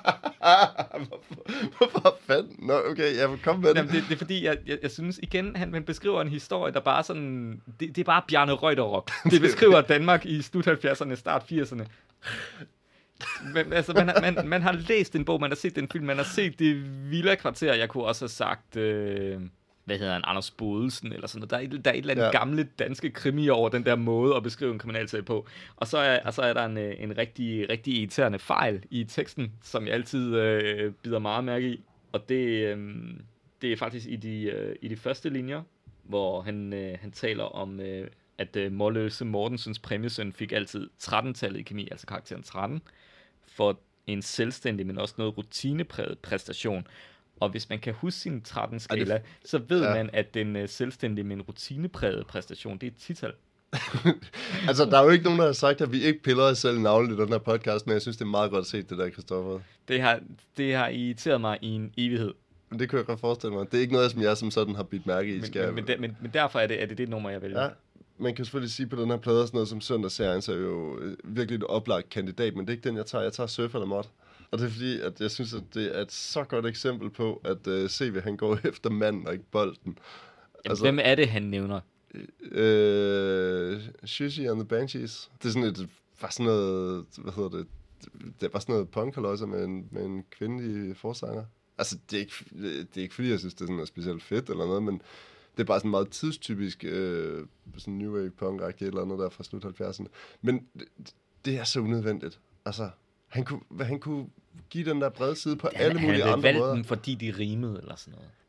Hvorfor fanden? Nå, okay, jeg vil komme med det. Jamen, det er fordi, jeg synes igen, han beskriver en historie, der bare sådan... Det er bare Bjarne Reuter-rock. Det beskriver Danmark i slut 70'erne, start 80'erne. Men, altså, man har læst en bog, man har set den film, man har set det Villa-kvarter. Jeg kunne også have sagt... hvad hedder han, Anders Bodelsen, eller sådan noget. Der er et eller andet gamle danske krimi over den der måde at beskrive en kriminalsag på. Og så er der en rigtig, rigtig irriterende fejl i teksten, som jeg altid bider meget mærke i. Og det er faktisk i de første linjer, hvor han taler om, at Målløse Mortensens præmiesøn fik altid 13-tallet i kemi, altså karakteren 13, for en selvstændig, men også noget rutinepræget præstation. Og hvis man kan huske sin 13-skala, så ved man, at den selvstændige med en rutinepræget præstation, det er et 10-tal. Altså, der er jo ikke nogen, der har sagt, at vi ikke piller os selv i navlen i den her podcast, men jeg synes, det er meget godt at se det der, Christoffer. Det har irriteret mig i en evighed. Men det kan jeg godt forestille mig. Det er ikke noget, som jeg som sådan har bidt mærke i. Men derfor er det nummer, jeg vælger. Ja. Man kan selvfølgelig sige på den her plade, sådan noget som Søndagsserien, så er jo virkelig et oplagt kandidat, men det er ikke den, jeg tager. Jeg tager Surf eller Mod. Og det er fordi, at jeg synes, at det er et så godt eksempel på, at CV han går efter manden og ikke bolden. Altså, hvem er det, han nævner? Siouxsie and the Banshees. Det er sådan et, var sådan noget, hvad hedder det? Det var sådan noget punk-halløjse med en kvindelig forsanger. Altså, det er ikke fordi, jeg synes, det er sådan noget specielt fedt eller noget, men det er bare sådan meget tidstypisk, sådan new wave punk-agtigt et eller andet der fra slut 70'erne. Men det er så unødvendigt. Altså, han kunne give den der brede side på alle mulige andre måder. Han valgte dem, fordi de rimede eller sådan noget.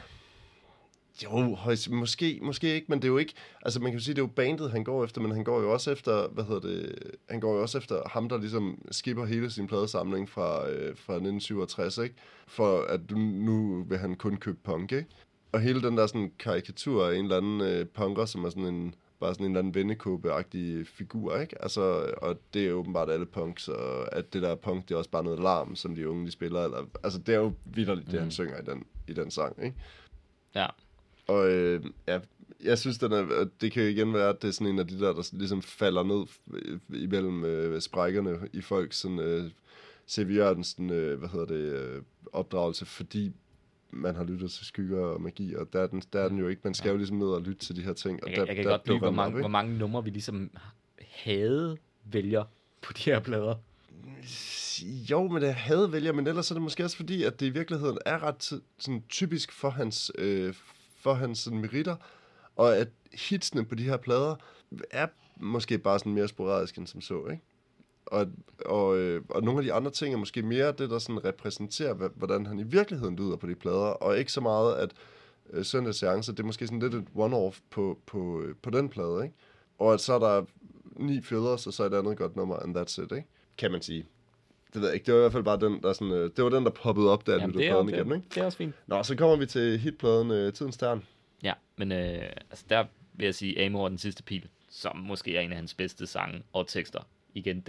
Jo, måske ikke, men det er jo ikke, altså man kan jo sige, det er jo bandet, han går efter, men han går jo også efter, han går jo også efter ham, der ligesom skipper hele sin pladesamling fra 1967, ikke? For at nu vil han kun købe punk, ikke? Og hele den der sådan karikatur af en eller anden punker, som er sådan bare sådan en eller anden vendekåbe-agtig figur, ikke? Altså, og det er jo åbenbart alle punks, og at det der punk, det er også bare noget larm, som de unge, de spiller, eller, altså det er jo vitterligt, det han synger i den sang, ikke? Ja. Og jeg synes, det kan igen være, at det er sådan en af de der ligesom falder ned imellem sprækkerne i folks sådan C.V. Jørgensen, opdragelse, fordi man har lyttet til Skygger og Magi, og der er den jo ikke. Man skal jo ligesom ned og lytte til de her ting. Og jeg kan godt lide, hvor mange numre vi ligesom vælger på de her plader. Jo, men det vælger, men ellers er det måske også fordi, at det i virkeligheden er ret sådan typisk for hans sådan meritter, og at hitsene på de her plader er måske bare sådan mere sporadisk end som så, ikke? Og nogle af de andre ting er måske mere det, der sådan repræsenterer, hvordan han i virkeligheden lyder på de plader, og ikke så meget, at Søndags Seance, det er måske sådan lidt et one-off på den plade, ikke? Og at så er der 9 fjeders, og så er et andet godt nummer, and that's it, ikke? Kan man sige. Det ved jeg ikke, det var i hvert fald bare den, der sådan, det var den, der poppede op, da jeg lyttede pladen igennem, ikke? Det er også fint. Nå, så kommer vi til hitpladen Tidens Tern. Ja, men altså der vil jeg sige Amor og den sidste pil, som måske er en af hans bedste sange og tekster. Igen,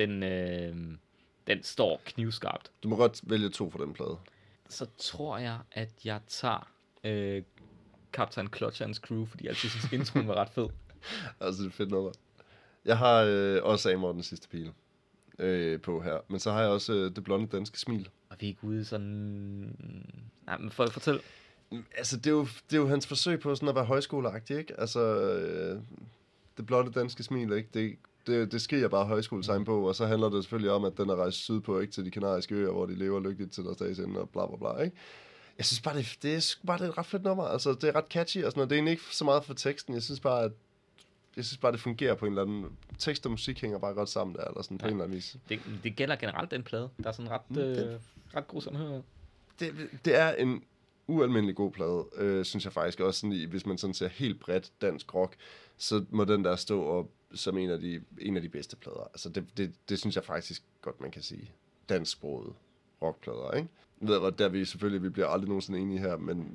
den står knivskarpt. Du må godt vælge 2 fra den plade. Så tror jeg, at jeg tager Kaptajn Clutch and Crew, fordi jeg synes, introen var ret fed. Altså, det er fedt nummer. Jeg har også Amor og den sidste pil på her. Men så har jeg også Det Blonde Danske Smil. Og vi er ikke ude sådan... Nej, men fortæl. Altså, det er jo hans forsøg på sådan at være højskoleagtig, ikke? Altså, Det Blonde Danske Smil, ikke? Det skriger bare højskolesang på, og så handler det selvfølgelig om, at den er rejst sydpå, ikke, til de kanariske øer, hvor de lever lykkeligt til deres dages ende, og bla bla bla, ikke? Jeg synes bare, det er et ret fedt nummer. Altså, det er ret catchy, og sådan noget. Det er egentlig ikke så meget for teksten. Jeg synes bare, det fungerer på en eller anden... Tekst og musik hænger bare godt sammen der, eller sådan på en eller anden vis. Det gælder generelt den plade. Der er sådan ret god sådan her. Det er en ualmindelig god plade, synes jeg faktisk også. Sådan, hvis man sådan ser helt bredt dansk rock, så må den der stå op som en af de bedste plader. Altså, det synes jeg faktisk godt, man kan sige. Dansksproget rockplader, ikke? Jeg ved godt, vi bliver aldrig nogensinde enige her,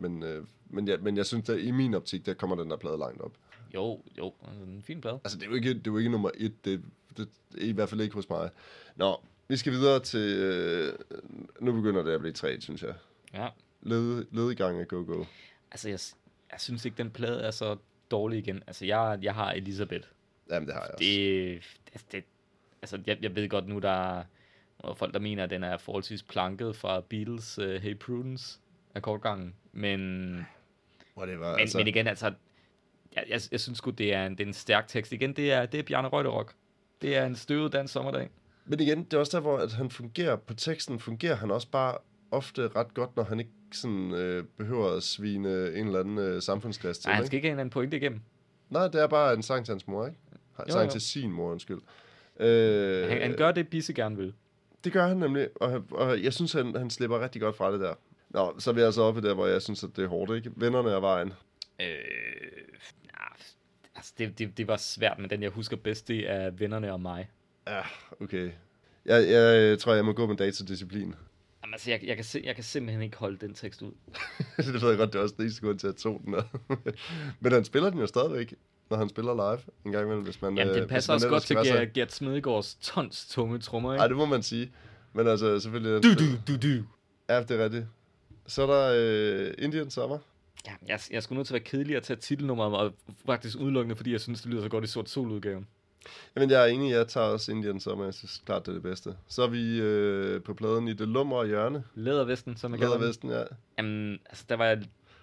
men jeg synes, at i min optik, der kommer den der plade langt op. Jo, en fin plade. Altså, det er jo ikke nummer 1, det er i hvert fald ikke hos mig. Nå, vi skal videre til... nu begynder det at blive træt, synes jeg. Ja. Ledegang af Go-Go. Altså, jeg synes ikke, den plade er så dårlig igen. Altså, jeg har Elisabeth. Jamen, det har jeg også. Altså, jeg ved godt nu, der er folk, der mener, at den er forholdsvis planket fra Beatles Hey Prudence akkordgangen. Men igen, altså, jeg synes sgu, det er en stærk tekst. Igen, det er Bjarne Reuterrock. Det er en støvet dansk sommerdag. Men igen, det er også der, hvor at han fungerer på teksten, fungerer han også bare ofte ret godt, når han ikke sådan behøver at svine en eller anden samfundsklasse til. Nej, han skal ikke have en anden pointe igennem. Nej, det er bare en sang til hans mor, ikke? Sang til sin mor, undskyld. Han gør det, Bisse gerne vil. Det gør han nemlig, og jeg synes, han slipper rigtig godt fra det der. Nå, så er vi altså oppe der, hvor jeg synes, at det er hårdt, ikke? Vennerne er vejen. Altså, det var svært, men den, jeg husker bedst, det er Vennerne og mig. Ja, okay. Jeg tror, jeg må gå med datadisciplin. Jamen, altså, jeg kan simpelthen ikke holde den tekst ud. Det ved jeg godt, det er også den eneste grund til at tog den der. Men han spiller den jo stadigvæk, når han spiller live en gang imellem, hvis man... Jamen, det passer også godt til Gert Smedegaards tons tunge trommer, ikke? Ej, det må man sige. Men altså, selvfølgelig... Du. Ja, det er rigtigt. Så er der Indian Summer. Ja, jeg skulle nødt til at være kedelig at tage titelnummeret, og faktisk udelukkende, fordi jeg synes, det lyder så godt i Sort Sol-udgaven. Jamen, jeg er enig, jeg tager også Indian Summer. Jeg synes klart, det er det bedste. Så er vi på pladen i Det Lumre Hjørne. Lædervesten, som jeg kalder den. Lædervesten, ja. Jamen, altså, der var jeg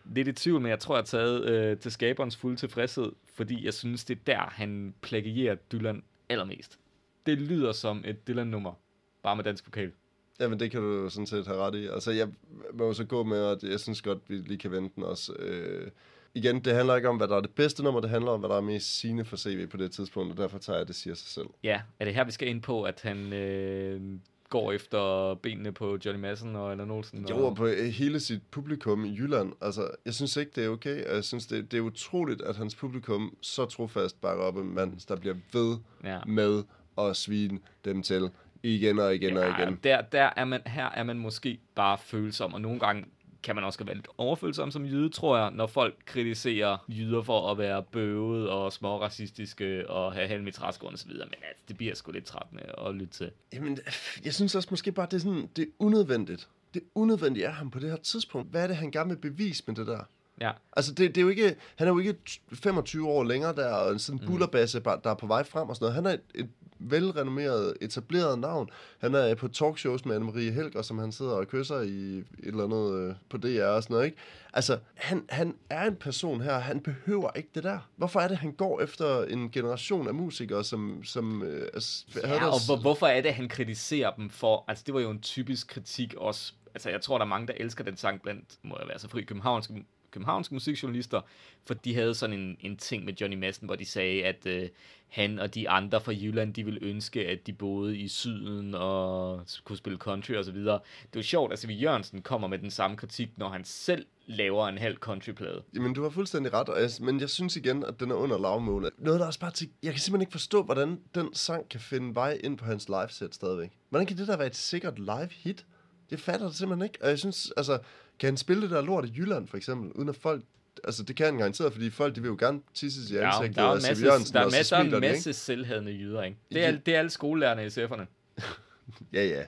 lidt i tvivl, men jeg tror, jeg har taget til skaberens fulde tilfredshed, fordi jeg synes, det er der, han plagierer Dylan allermest. Det lyder som et Dylan-nummer, bare med dansk vokal. Jamen, det kan du jo sådan set have ret i. Altså, jeg må jo så gå med, at jeg synes godt, vi lige kan vente den også. Igen, det handler ikke om, hvad der er det bedste nummer, det handler om, hvad der er mest sigende for CV på det tidspunkt, og derfor tager jeg, det siger sig selv. Ja, er det her, vi skal ind på, at han går efter benene på Johnny Madsen og Allan Olsen? Jo, og på hele sit publikum i Jylland. Altså, jeg synes ikke, det er okay, og jeg synes, det er utroligt, at hans publikum så trofast bakker op en mand, der bliver ved med at svine dem til igen og igen og igen. Her er man måske bare følsom, og nogle gange kan man også være lidt overfølsom som jyde, tror jeg, når folk kritiserer jyder for at være bøvet og småracistiske og have helm i træskoen og så videre, men altså, det bliver sgu lidt trættende at lytte til. Jamen, jeg synes også måske bare, det er unødvendigt. Det er unødvendigt af ham på det her tidspunkt. Hvad er det, han gerne vil bevise med det der? Ja. Altså, det er jo ikke, han er jo ikke 25 år længere der, og sådan en bullerbasse, der er på vej frem og sådan noget. Han er et velrenommeret, etableret navn. Han er på talkshows med Anne-Marie Helger, som han sidder og kysser i et eller andet på DR og sådan noget, ikke? Altså, han er en person her, han behøver ikke det der. Hvorfor er det, han går efter en generation af musikere, som og hvorfor er det, han kritiserer dem for? Altså, det var jo en typisk kritik også. Altså, jeg tror, der er mange, der elsker den sang blandt, må jeg være så fri, københavnske musikjournalister, for de havde sådan en ting med Johnny Madsen, hvor de sagde, at han og de andre fra Jylland, de ville ønske, at de boede i syden og kunne spille country og så videre. Det er jo sjovt, at C.V. Jørgensen kommer med den samme kritik, når han selv laver en halv countryplade. Jamen, du har fuldstændig ret, men jeg synes igen, at den er under lavmålet. Noget, der også bare jeg kan simpelthen ikke forstå, hvordan den sang kan finde vej ind på hans live-set stadigvæk. Hvordan kan det der være et sikkert live-hit? Det fatter det simpelthen ikke. Og jeg synes, altså, kan han spille det der lort i Jylland, for eksempel, uden at folk... Altså, det kan han garanteret, fordi folk, de vil jo gerne tisses i ansigtet af C.V. Jørgensen, og så smiler de, ikke? Der er en masse selvhadende jyder, ikke? Det er alle skolelærerne i SF'erne. Ja.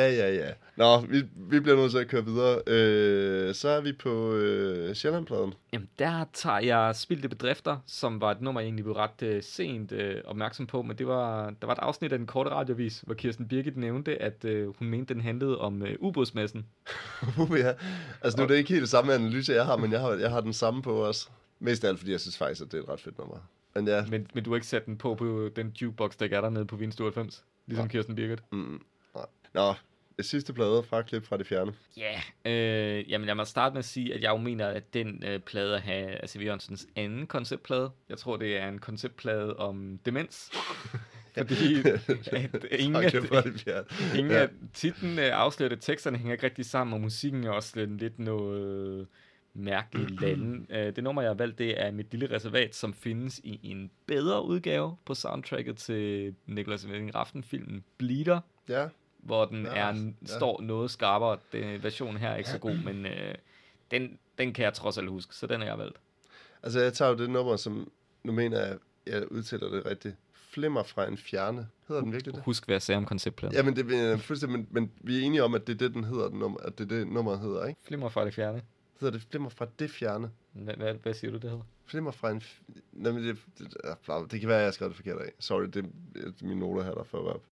Nå, vi bliver nødt til at køre videre. Så er vi på Sjællandpladen. Jamen, der tager jeg Spildte Bedrifter, som var et nummer, jeg egentlig blev ret sent opmærksom på, men der var et afsnit af den korte radiovis, hvor Kirsten Birgit nævnte, at hun mente, den handlede om ubådsmassen. Ja, altså nu er det ikke helt samme analyse, jeg har, men jeg har den samme på også. Mest af alt, fordi jeg synes faktisk, at det er et ret fedt nummer. Men, ja. Men du har ikke sat den på den jukebox, der er dernede på Vins 92, ligesom Kirsten Birgit? Nej. Nå, det sidste plade fra Klip fra det fjerne. Ja, jamen lad mig starte med at sige, at jeg jo mener, at den plade er C.V. Jørgensens anden konceptplade. Jeg tror, det er en konceptplade om demens. Fordi at ingen af titlen afslørte teksterne hænger ikke rigtig sammen, og musikken er også lidt noget mærkeligt lande. Det nummer, jeg har valgt, det er Mit Lille Reservat, som findes i en bedre udgave på soundtracket til Nicolas Winding Refn-filmen Bleeder. Ja. Hvor den står noget skarpere. Versionen her er ikke så god, men den kan jeg trods alt huske, så den er jeg valgt. Altså, jeg tager jo det nummer, som nu mener jeg udtaler det rigtigt. Flimmer fra en fjerne. Hedder den virkelig det? Husk, hvad jeg sagde om konceptpladen. Ja, men det er fuldstændig, men vi er enige om, at det er det, den hedder, at det er det, nummeret hedder, ikke? Flimmer fra det fjerne. Hedder det Flimmer fra det fjerne? Hvad siger du, det hedder? Flimmer fra en... det kan være, at jeg har skrevet det forkert af. Sorry, det er mine noter her, der får op.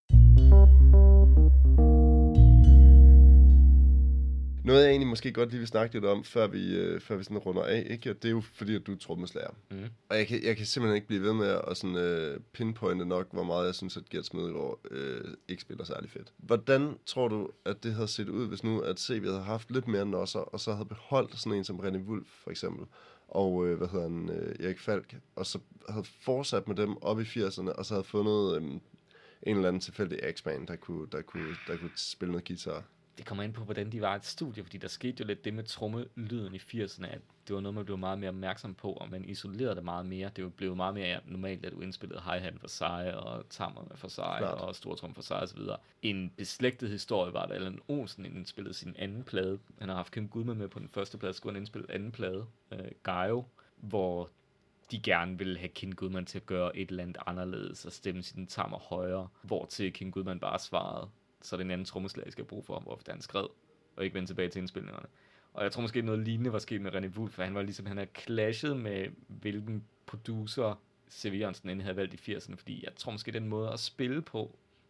Noget jeg egentlig måske godt lige vil snakke lidt om, før vi sådan runder af, ikke? Og det er jo fordi, at du er trommeslager. Og jeg kan simpelthen ikke blive ved med at sådan, pinpointe nok, hvor meget jeg synes, at Gert Smedegaard ikke spiller særlig fedt. Hvordan tror du, at det havde set ud, hvis nu at CV havde haft lidt mere nosser, og så havde beholdt sådan en som René Wulff, for eksempel, og Erik Falk, og så havde fortsat med dem op i 80'erne, og så havde fundet en eller anden tilfældig X-Man, der kunne spille noget guitar. Det kommer ind på, hvordan de var et studie, fordi der skete jo lidt det med trommelyden i 80'erne, at det var noget, man blev meget mere opmærksom på, og man isolerede det meget mere. Det blev meget mere normalt, at du indspillede hi-hat for sig, og tammer for sig, klart, og stortrum for sig, osv. En beslægtet historie var, at Allan Olsen indspillede sin anden plade. Han har haft Kim Gudman med på den første plade, skulle han indspille anden plade, Gaio, hvor de gerne ville have Kim Gudman til at gøre et eller andet anderledes, og stemme sin tammer højere, hvortil Kim Gudman bare svarede, så det er en anden trommeslager, jeg skal bruge for ham, hvorfor han skred, og ikke vende tilbage til indspilningerne. Og jeg tror måske noget lignende var sket med René Wulff, for han var ligesom, han havde clashet med, hvilken producer C.V. Jørgensen endelig havde valgt i 80'erne, fordi jeg tror måske den måde at spille på,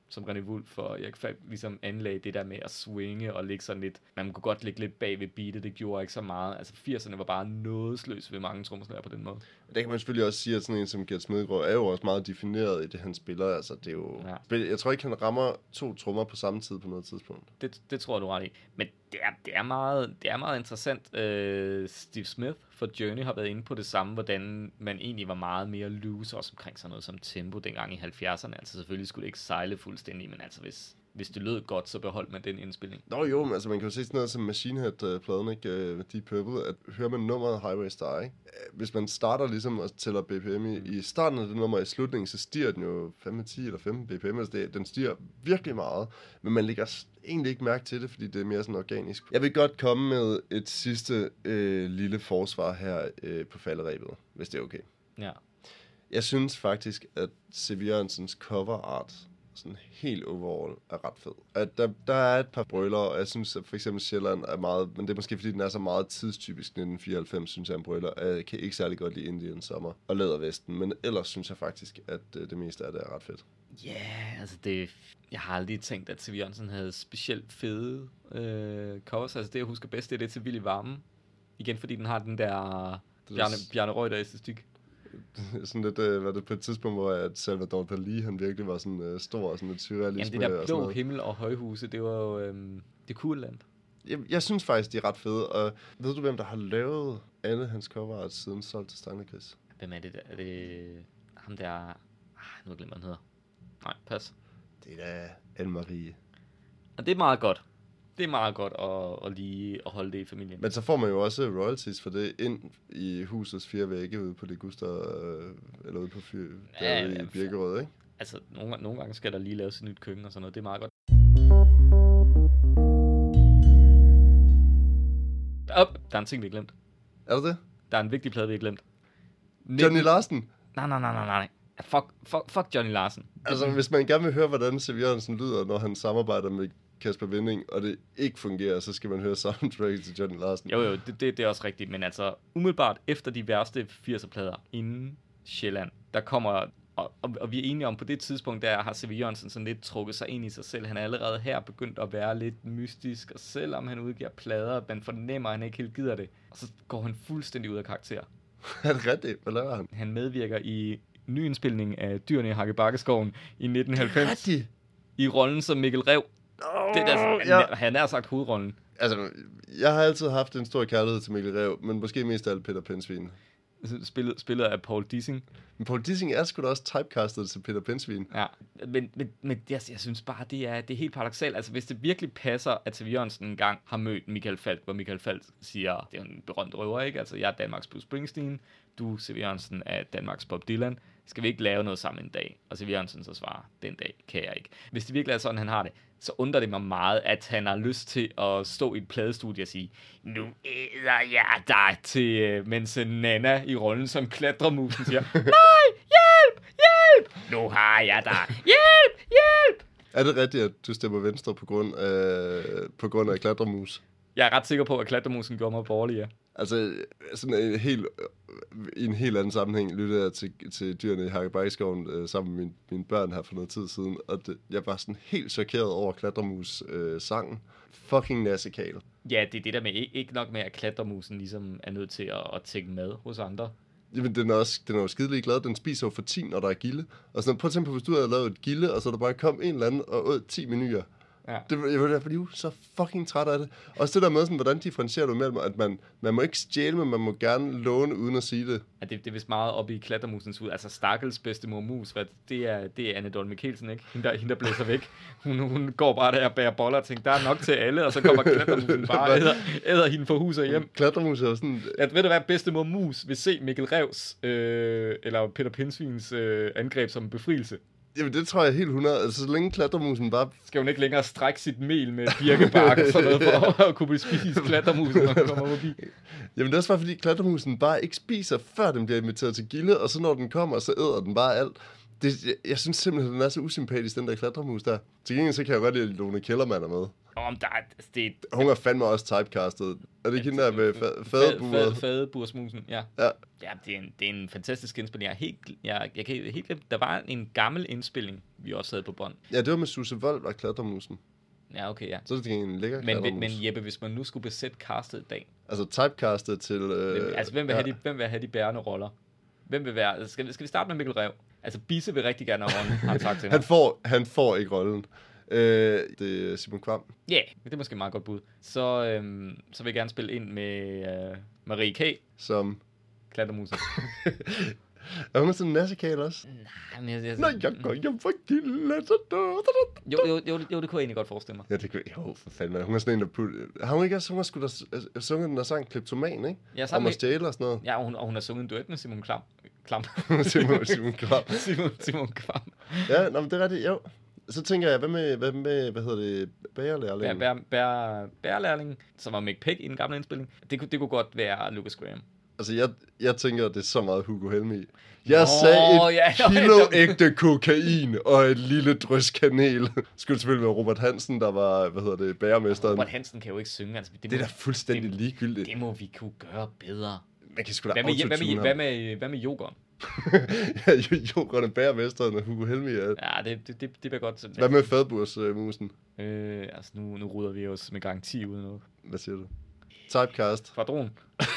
som René Wulff og Erik Falk ligesom anlagde det der med at swinge og ligge sådan lidt. Man kunne godt ligge lidt bag ved beatet, det gjorde ikke så meget. Altså 80'erne var bare nådesløs ved mange trommeslager på den måde. Det kan man selvfølgelig også sige, at sådan en som Gert Smedegaard er jo også meget defineret i det, han spiller. Altså, det er jo... Ja. Jeg tror ikke, han rammer 2 trommer på samme tid på noget tidspunkt. Det tror du ret i. Men det er meget interessant. Steve Smith for Journey har været inde på det samme, hvordan man egentlig var meget mere loose også omkring sådan noget som tempo dengang i 70'erne. Altså selvfølgelig skulle det ikke sejle fuldstændig, men altså hvis det lød godt, så beholdt man den indspilning. Nå jo, men altså man kan jo se sådan noget som Machine Head-pladen, ikke? Deep Purple, at hører man nummeret Highway Star, ikke? Hvis man starter ligesom og tæller BPM i starten af det nummer, i slutningen, så stiger den jo 5, 10 eller 15 BPM, altså den stiger virkelig meget, men man lægger egentlig ikke mærke til det, fordi det er mere sådan organisk. Jeg vil godt komme med et sidste lille forsvar her på falderebet, hvis det er okay. Ja. Jeg synes faktisk, at C.V. Jørgensens cover art sådan helt overall er ret fed. At der er et par brøler, og jeg synes at for eksempel Sjælland er meget, men det er måske fordi den er så meget tidstypisk 1994, synes jeg en brøler. Jeg kan ikke særlig godt lide Indian Summer og Lædervesten, men ellers synes jeg faktisk, at det meste af det er ret fedt. Ja, yeah, altså jeg har aldrig tænkt, at C.V. Jørgensen havde specielt fede covers. Altså det jeg husker bedst, det er det til Willy Varme. Igen fordi den har den der Bjarne Reuter-æstetik. Sådan lidt, var det på et tidspunkt, hvor at Salvador Dalí, han virkelig var sådan stor og sådan lidt surrealisme. Jamen det der blå himmel og højhuse, det var jo det cool land. Jeg synes faktisk, de er ret fede, og ved du, hvem der har lavet alle hans coverart siden Solgt til Stanglerkris? Hvem er det der? Er det ham der... nu glemmer han hedder. Nej, pas. Det er da Anne-Marie. Og det er meget godt. Det er meget godt at lige at holde det i familien. Men så får man jo også royalties for det ind i husets 4 vægge ude på Liguster, eller ude på i Birkerød, ikke? Altså, nogle gange skal der lige laves et nyt køkken og sådan noget. Det er meget godt. Der er en ting, vi har glemt. Er det det? Der er en vigtig plade, vi har glemt. Johnny Larsen? Nej. Fuck Johnny Larsen. Altså, hvis man gerne vil høre, hvordan C.V. Jørgensen lyder, når han samarbejder med Kasper Winding, og det ikke fungerer, så skal man høre soundtrack til Johnny Larsen. Jo, det er også rigtigt, men altså umiddelbart efter de værste 80'er-plader inden Sjælland, der kommer, og vi er enige om, på det tidspunkt, der har C.V. Jørgensen sådan lidt trukket sig ind i sig selv. Han er allerede her begyndt at være lidt mystisk, og selvom han udgiver plader, man fornemmer, at han ikke helt gider det, og så går han fuldstændig ud af karakter. Er det rigtigt? Hvad laver han? Han medvirker i nyindspilning af Dyrene i Hakkebakkeskoven i 1990 i rollen som Mikkel Rev. Det er han har sagt hovedrollen. Altså, jeg har altid haft en stor kærlighed til Mikkel Rev, men måske mest af alt Peter Pensvin. Spillet af Paul Dissing. Men Paul Dissing er sgu da også typecastet til Peter Pensvin. Ja, men jeg synes bare, det er helt paradoksalt. Altså, hvis det virkelig passer, at C.V. Jørgensen engang har mødt Michael Falch, hvor Michael Falch siger, det er en berømt røver, ikke? Altså, jeg er Danmarks Bruce Springsteen, du, C.V. Jørgensen, er Danmarks Bob Dylan. Skal vi ikke lave noget sammen en dag? Og C.V. Jørgensen så svarer, den dag kan jeg ikke. Hvis det virkelig er sådan, han har det, så undrer det mig meget, at han har lyst til at stå i et pladestudie og sige, nu æder jeg dig til, mens Nana i rollen som klatremusen siger, nej, hjælp, nu har jeg dig, hjælp. Er det rigtigt, at du stemmer Venstre på grund af klatremus? Jeg er ret sikker på, at klatremusen gjorde mig borgerlig, ja. Altså, sådan i en helt anden sammenhæng lyttede jeg til Dyrene i Hakkebakkeskoven sammen med mine børn her for noget tid siden, og jeg var sådan helt chokeret over klatremus-sangen. Fucking nassekal. Ja, det er det der med, ikke nok med, at klatremusen ligesom er nødt til at tænke med hos andre. Jamen, den er jo skidelig glad. Den spiser jo for 10, når der er gilde. Og sådan, prøv at tænke på, hvis du havde lavet et gilde, og så der bare kom en eller anden og åd 10 menuer. Ja. Jeg var derfor så fucking træt af det. Også det der med, sådan, hvordan differentierer du mellem, at man må ikke stjæle, men man må gerne låne uden at sige det. Ja, det er vist meget oppe i klatremusens ud. Altså, stakkels bedstemor mus, det er Anne Dolme Mikkelsen, ikke? Hende der blæser væk. Hun går bare der og bærer boller og tænker, der er nok til alle, og så kommer klatremusen bare og æder hende for hus og hjem. Klatremus er sådan... Ja, ved du hvad, bedstemor mus vil se Mikkel Revs, eller Peter Pensvins angreb som befrielse. Jamen, det tror jeg helt 100. Altså, så længe klatremusen bare... Skal hun ikke længere strække sit mel med birkebark og sådan noget, for at kunne spise klatremusen, når den kommer forbi? Jamen, det er også bare, fordi klatremusen bare ikke spiser, før den bliver inviteret til gilde, og så når den kommer, så æder den bare alt. Jeg synes simpelthen, den er så usympatisk, den der klatremus der. Til gengæld så kan jeg godt lide, at Lone Kellermann er med. Hun er fandme også typecastet. Er det ikke hende der med fadeburet? Fadebursmusen, ja. Ja, det er en fantastisk indspilling. Jeg kan helt glemme, der var en gammel indspilling, vi også havde på bånd. Ja, det var med Susse Wold og klatremusen. Ja, okay, ja. Så er det en lækker klatremus. Men Jeppe, hvis man nu skulle besætte castet i dag... Altså typecastet til... hvem vil have de bærende roller? Hvem vil være... Skal vi starte med Mikkel Rev? Altså, Bisse vil rigtig gerne have rollen, har han sagt til han får ikke rollen. Det er Simon Kvam. Ja, yeah, det er måske et meget godt bud. Så vil jeg gerne spille ind med Marie K. Som... Klattermusen. Er hun sådan en nassekal også? Nej, men jeg går hjem for gilde. Jo, det kunne jeg egentlig godt forestille mig. Ja, det kunne jo for fanden. Hun er sådan en, der putte... Har hun ikke også sunget den der sang Kleptoman, ikke? Ja, om at stjæle og sådan noget. Ja, og hun har sunget en duet med Simon Kvam. Simon Kvam. Simon Kvam. Ja, men det er rigtigt, jo. Så tænker jeg, hvad med bærerlærlingen? Bærerlærlingen, som var Mick Peck i den gamle indspilling. Det kunne godt være Lucas Graham. Altså, jeg tænker, det er så meget Hugo Helmig. Jeg sagde et kilo ægte kokain og et lille drys kanel. Skulle selvfølgelig være Robert Hansen, der var, bærermesteren. Robert Hansen kan jo ikke synge. Altså, det er da fuldstændig ligegyldigt. Det må vi kunne gøre bedre. Man kan sgu da autotune ham. Hvad med Jokeren? Ja, Jokeren er bærermesteren, og Hugo Helmig er... Ja, det bliver godt. Hvad med Fadebursmusen? Altså, nu ruder vi os med garanti ud noget. Hvad siger du? Typecast. Fadron.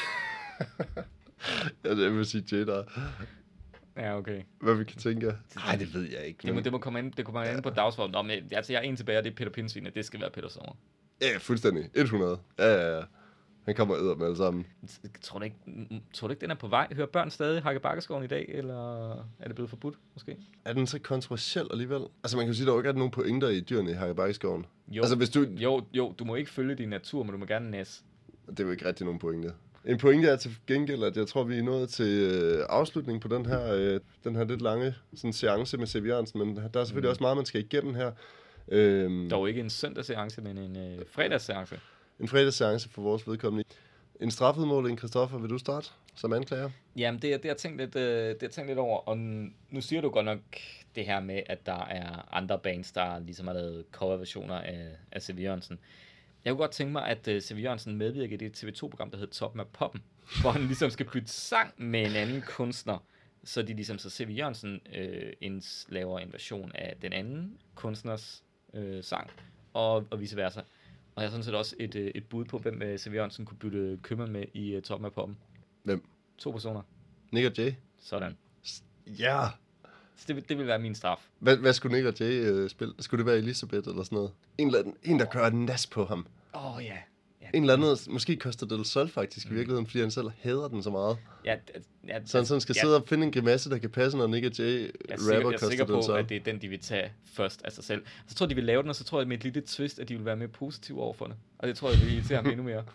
Ja, det vil sige Jada. Ja, okay. Hvad vi kan tænke? Nej, det ved jeg ikke. Det må komme ind på dagsordenen. Altså, jeg er en tilbage, og det er Peter Pinsvin, og det skal være Peter Sommer. Ja, fuldstændig. 100. Ja. Han kommer og æder med alle sammen. Tror du ikke, den er på vej? Hører børn stadig Hakke Bakkeskoven i dag, eller er det blevet forbudt, måske? Er den så kontroversiel alligevel? Altså, man kan jo sige, at der ikke er nogen pointer i dyrene i Hakke Bakkeskoven. Jo, altså, hvis du... jo, du må ikke følge din natur, men du må gerne næse. Det er jo ikke rigtig nogen pointe. En pointe er til gengæld, at jeg tror, vi er nået til afslutning på den her lidt lange sådan, seance med C.V. Jørgensen, men der er selvfølgelig også meget, man skal igennem her. Dog ikke en søndagsseance, men en fredagsseance. En fredagsseance for vores vedkommende. En strafudmåling, Christoffer, vil du starte som anklager? Jamen, det har jeg tænkt lidt over, og nu siger du godt nok det her med, at der er andre bands, der ligesom har lavet coverversioner af C.V. Jørgensen. Jeg kunne godt tænke mig, at C.V. Jørgensen medvirker i det TV2-program, der hedder Toppen af Poppen, hvor han ligesom skal bytte sang med en anden kunstner, så C.V. Jørgensen laver en version af den anden kunstners sang, og vice versa. Og jeg har sådan set også et bud på, hvem C.V. Jørgensen kunne bytte købmand med i Toppen af Poppen. Hvem? 2 personer. Nick og Jay? Sådan. Ja! Så det vil være min straf. Hvad skulle Nick og Jay spille? Skulle det være Elisabeth eller sådan noget? En der kører en nas på ham. Ja. En eller anden, måske Costa del Sol faktisk i virkeligheden, fordi han selv hader den så meget. Ja, så han skal sidde og finde en grimasse, der kan passe, når Nick og Jay rapper Costa del Sol. Jeg er sikker på, at det er den, de vil tage først af sig selv. Så tror jeg, de vil lave den, og så tror jeg med et lille twist, at de vil være mere positive overfor det. Og det tror jeg, vil irritere ham endnu mere.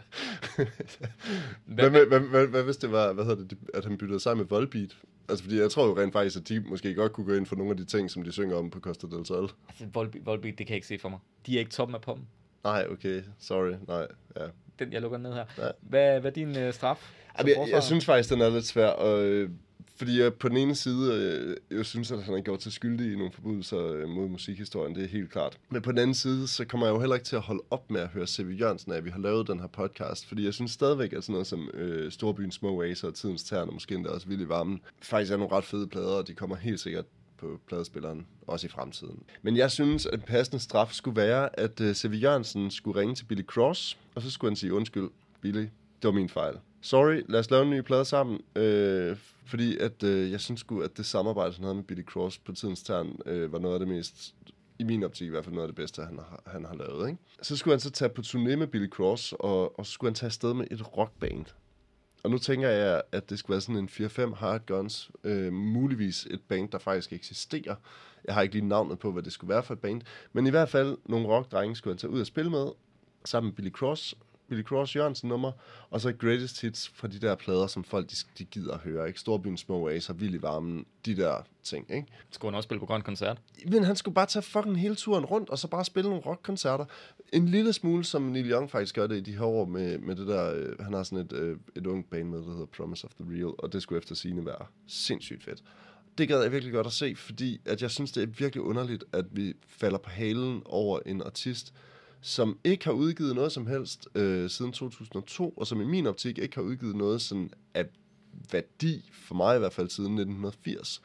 Hvad hvis det var, at han byttede sig med Volbeat? Altså, fordi jeg tror jo rent faktisk, at de måske godt kunne gå ind for nogle af de ting, som de synger om på Costa del Sol. Altså, Volbeat, det kan jeg ikke se for mig. De er ikke Toppen af Poppen. Nej, okay. Sorry. Nej, ja. Jeg lukker den ned her. Ja. Hvad er din straf? Jeg synes faktisk, den er lidt svær, fordi jeg på den ene side, jeg synes, at han har gjort sig skyldig i nogle forbrydelser mod musikhistorien, det er helt klart. Men på den anden side, så kommer jeg jo heller ikke til at holde op med at høre C.V. Jørgensen af, at vi har lavet den her podcast, fordi jeg synes stadigvæk, at sådan noget som Storbyens Små Oaser og Tidens Tern, og måske endda også Vildt i Varmen, faktisk er nogle ret fede plader, og de kommer helt sikkert på pladespilleren, også i fremtiden. Men jeg synes, at passende straf skulle være, at C.V. Jørgensen skulle ringe til Billy Cross, og så skulle han sige, undskyld, Billy, det var min fejl. Sorry, lad os lave en ny plade sammen, fordi at, jeg synes sgu, at det samarbejde, han havde med Billy Cross på Tidens Tern, var noget af det mest, i min optik i hvert fald noget af det bedste, han har lavet. Ikke? Så skulle han så tage på turné med Billy Cross, og så skulle han tage afsted med et rockband. Og nu tænker jeg, at det skulle være sådan en 4-5 Hard Guns, muligvis et band, der faktisk eksisterer. Jeg har ikke lige navnet på, hvad det skulle være for et band, men i hvert fald nogle rockdrenge skulle han tage ud og spille med, sammen med Billy Cross Jørgensen nummer, og så greatest hits fra de der plader, som folk de gider at høre, ikke? Storbyens Små Oaser, Vildt i Varmen, de der ting, ikke? Skulle han også spille på Grøn Koncert? Men han skulle bare tage fucking hele turen rundt, og så bare spille nogle rockkoncerter. En lille smule, som Neil Young faktisk gør det i de her år med det der, han har sådan et ungt band med, der hedder Promise of the Real, og det skulle efter sigende være sindssygt fedt. Det gad jeg virkelig godt at se, fordi at jeg synes, det er virkelig underligt, at vi falder på halen over en artist, som ikke har udgivet noget som helst siden 2002, og som i min optik ikke har udgivet noget sådan af værdi, for mig i hvert fald siden 1980.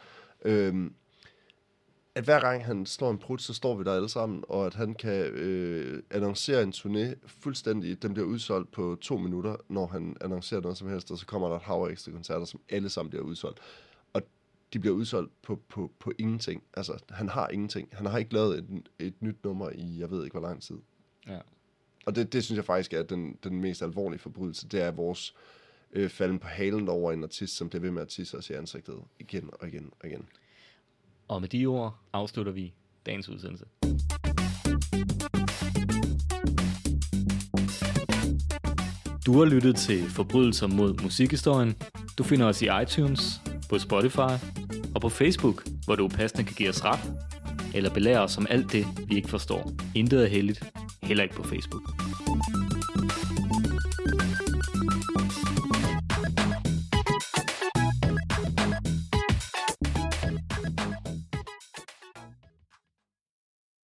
At hver gang han slår en prut, så står vi der alle sammen, og at han kan annoncere en turné fuldstændig. Den bliver udsolgt på 2 minutter, når han annoncerer noget som helst, og så kommer der et hav af ekstra koncerter, som alle sammen bliver udsolgt. Og de bliver udsolgt på ingenting. Altså, han har ingenting. Han har ikke lavet et nyt nummer i, jeg ved ikke hvor lang tid. Ja. Og det synes jeg faktisk er den mest alvorlige forbrydelse. Det er vores falden på halen over en artist, som bliver ved med at tisse os i ansigtet igen og igen og igen. Og med de ord afslutter vi dagens udsendelse. Du har lyttet til Forbrydelser mod musikhistorien. Du finder os i iTunes, på Spotify og på Facebook, hvor du passende kan give os ret, eller belære os om alt det, vi ikke forstår. Intet er heldigt, heller ikke på Facebook.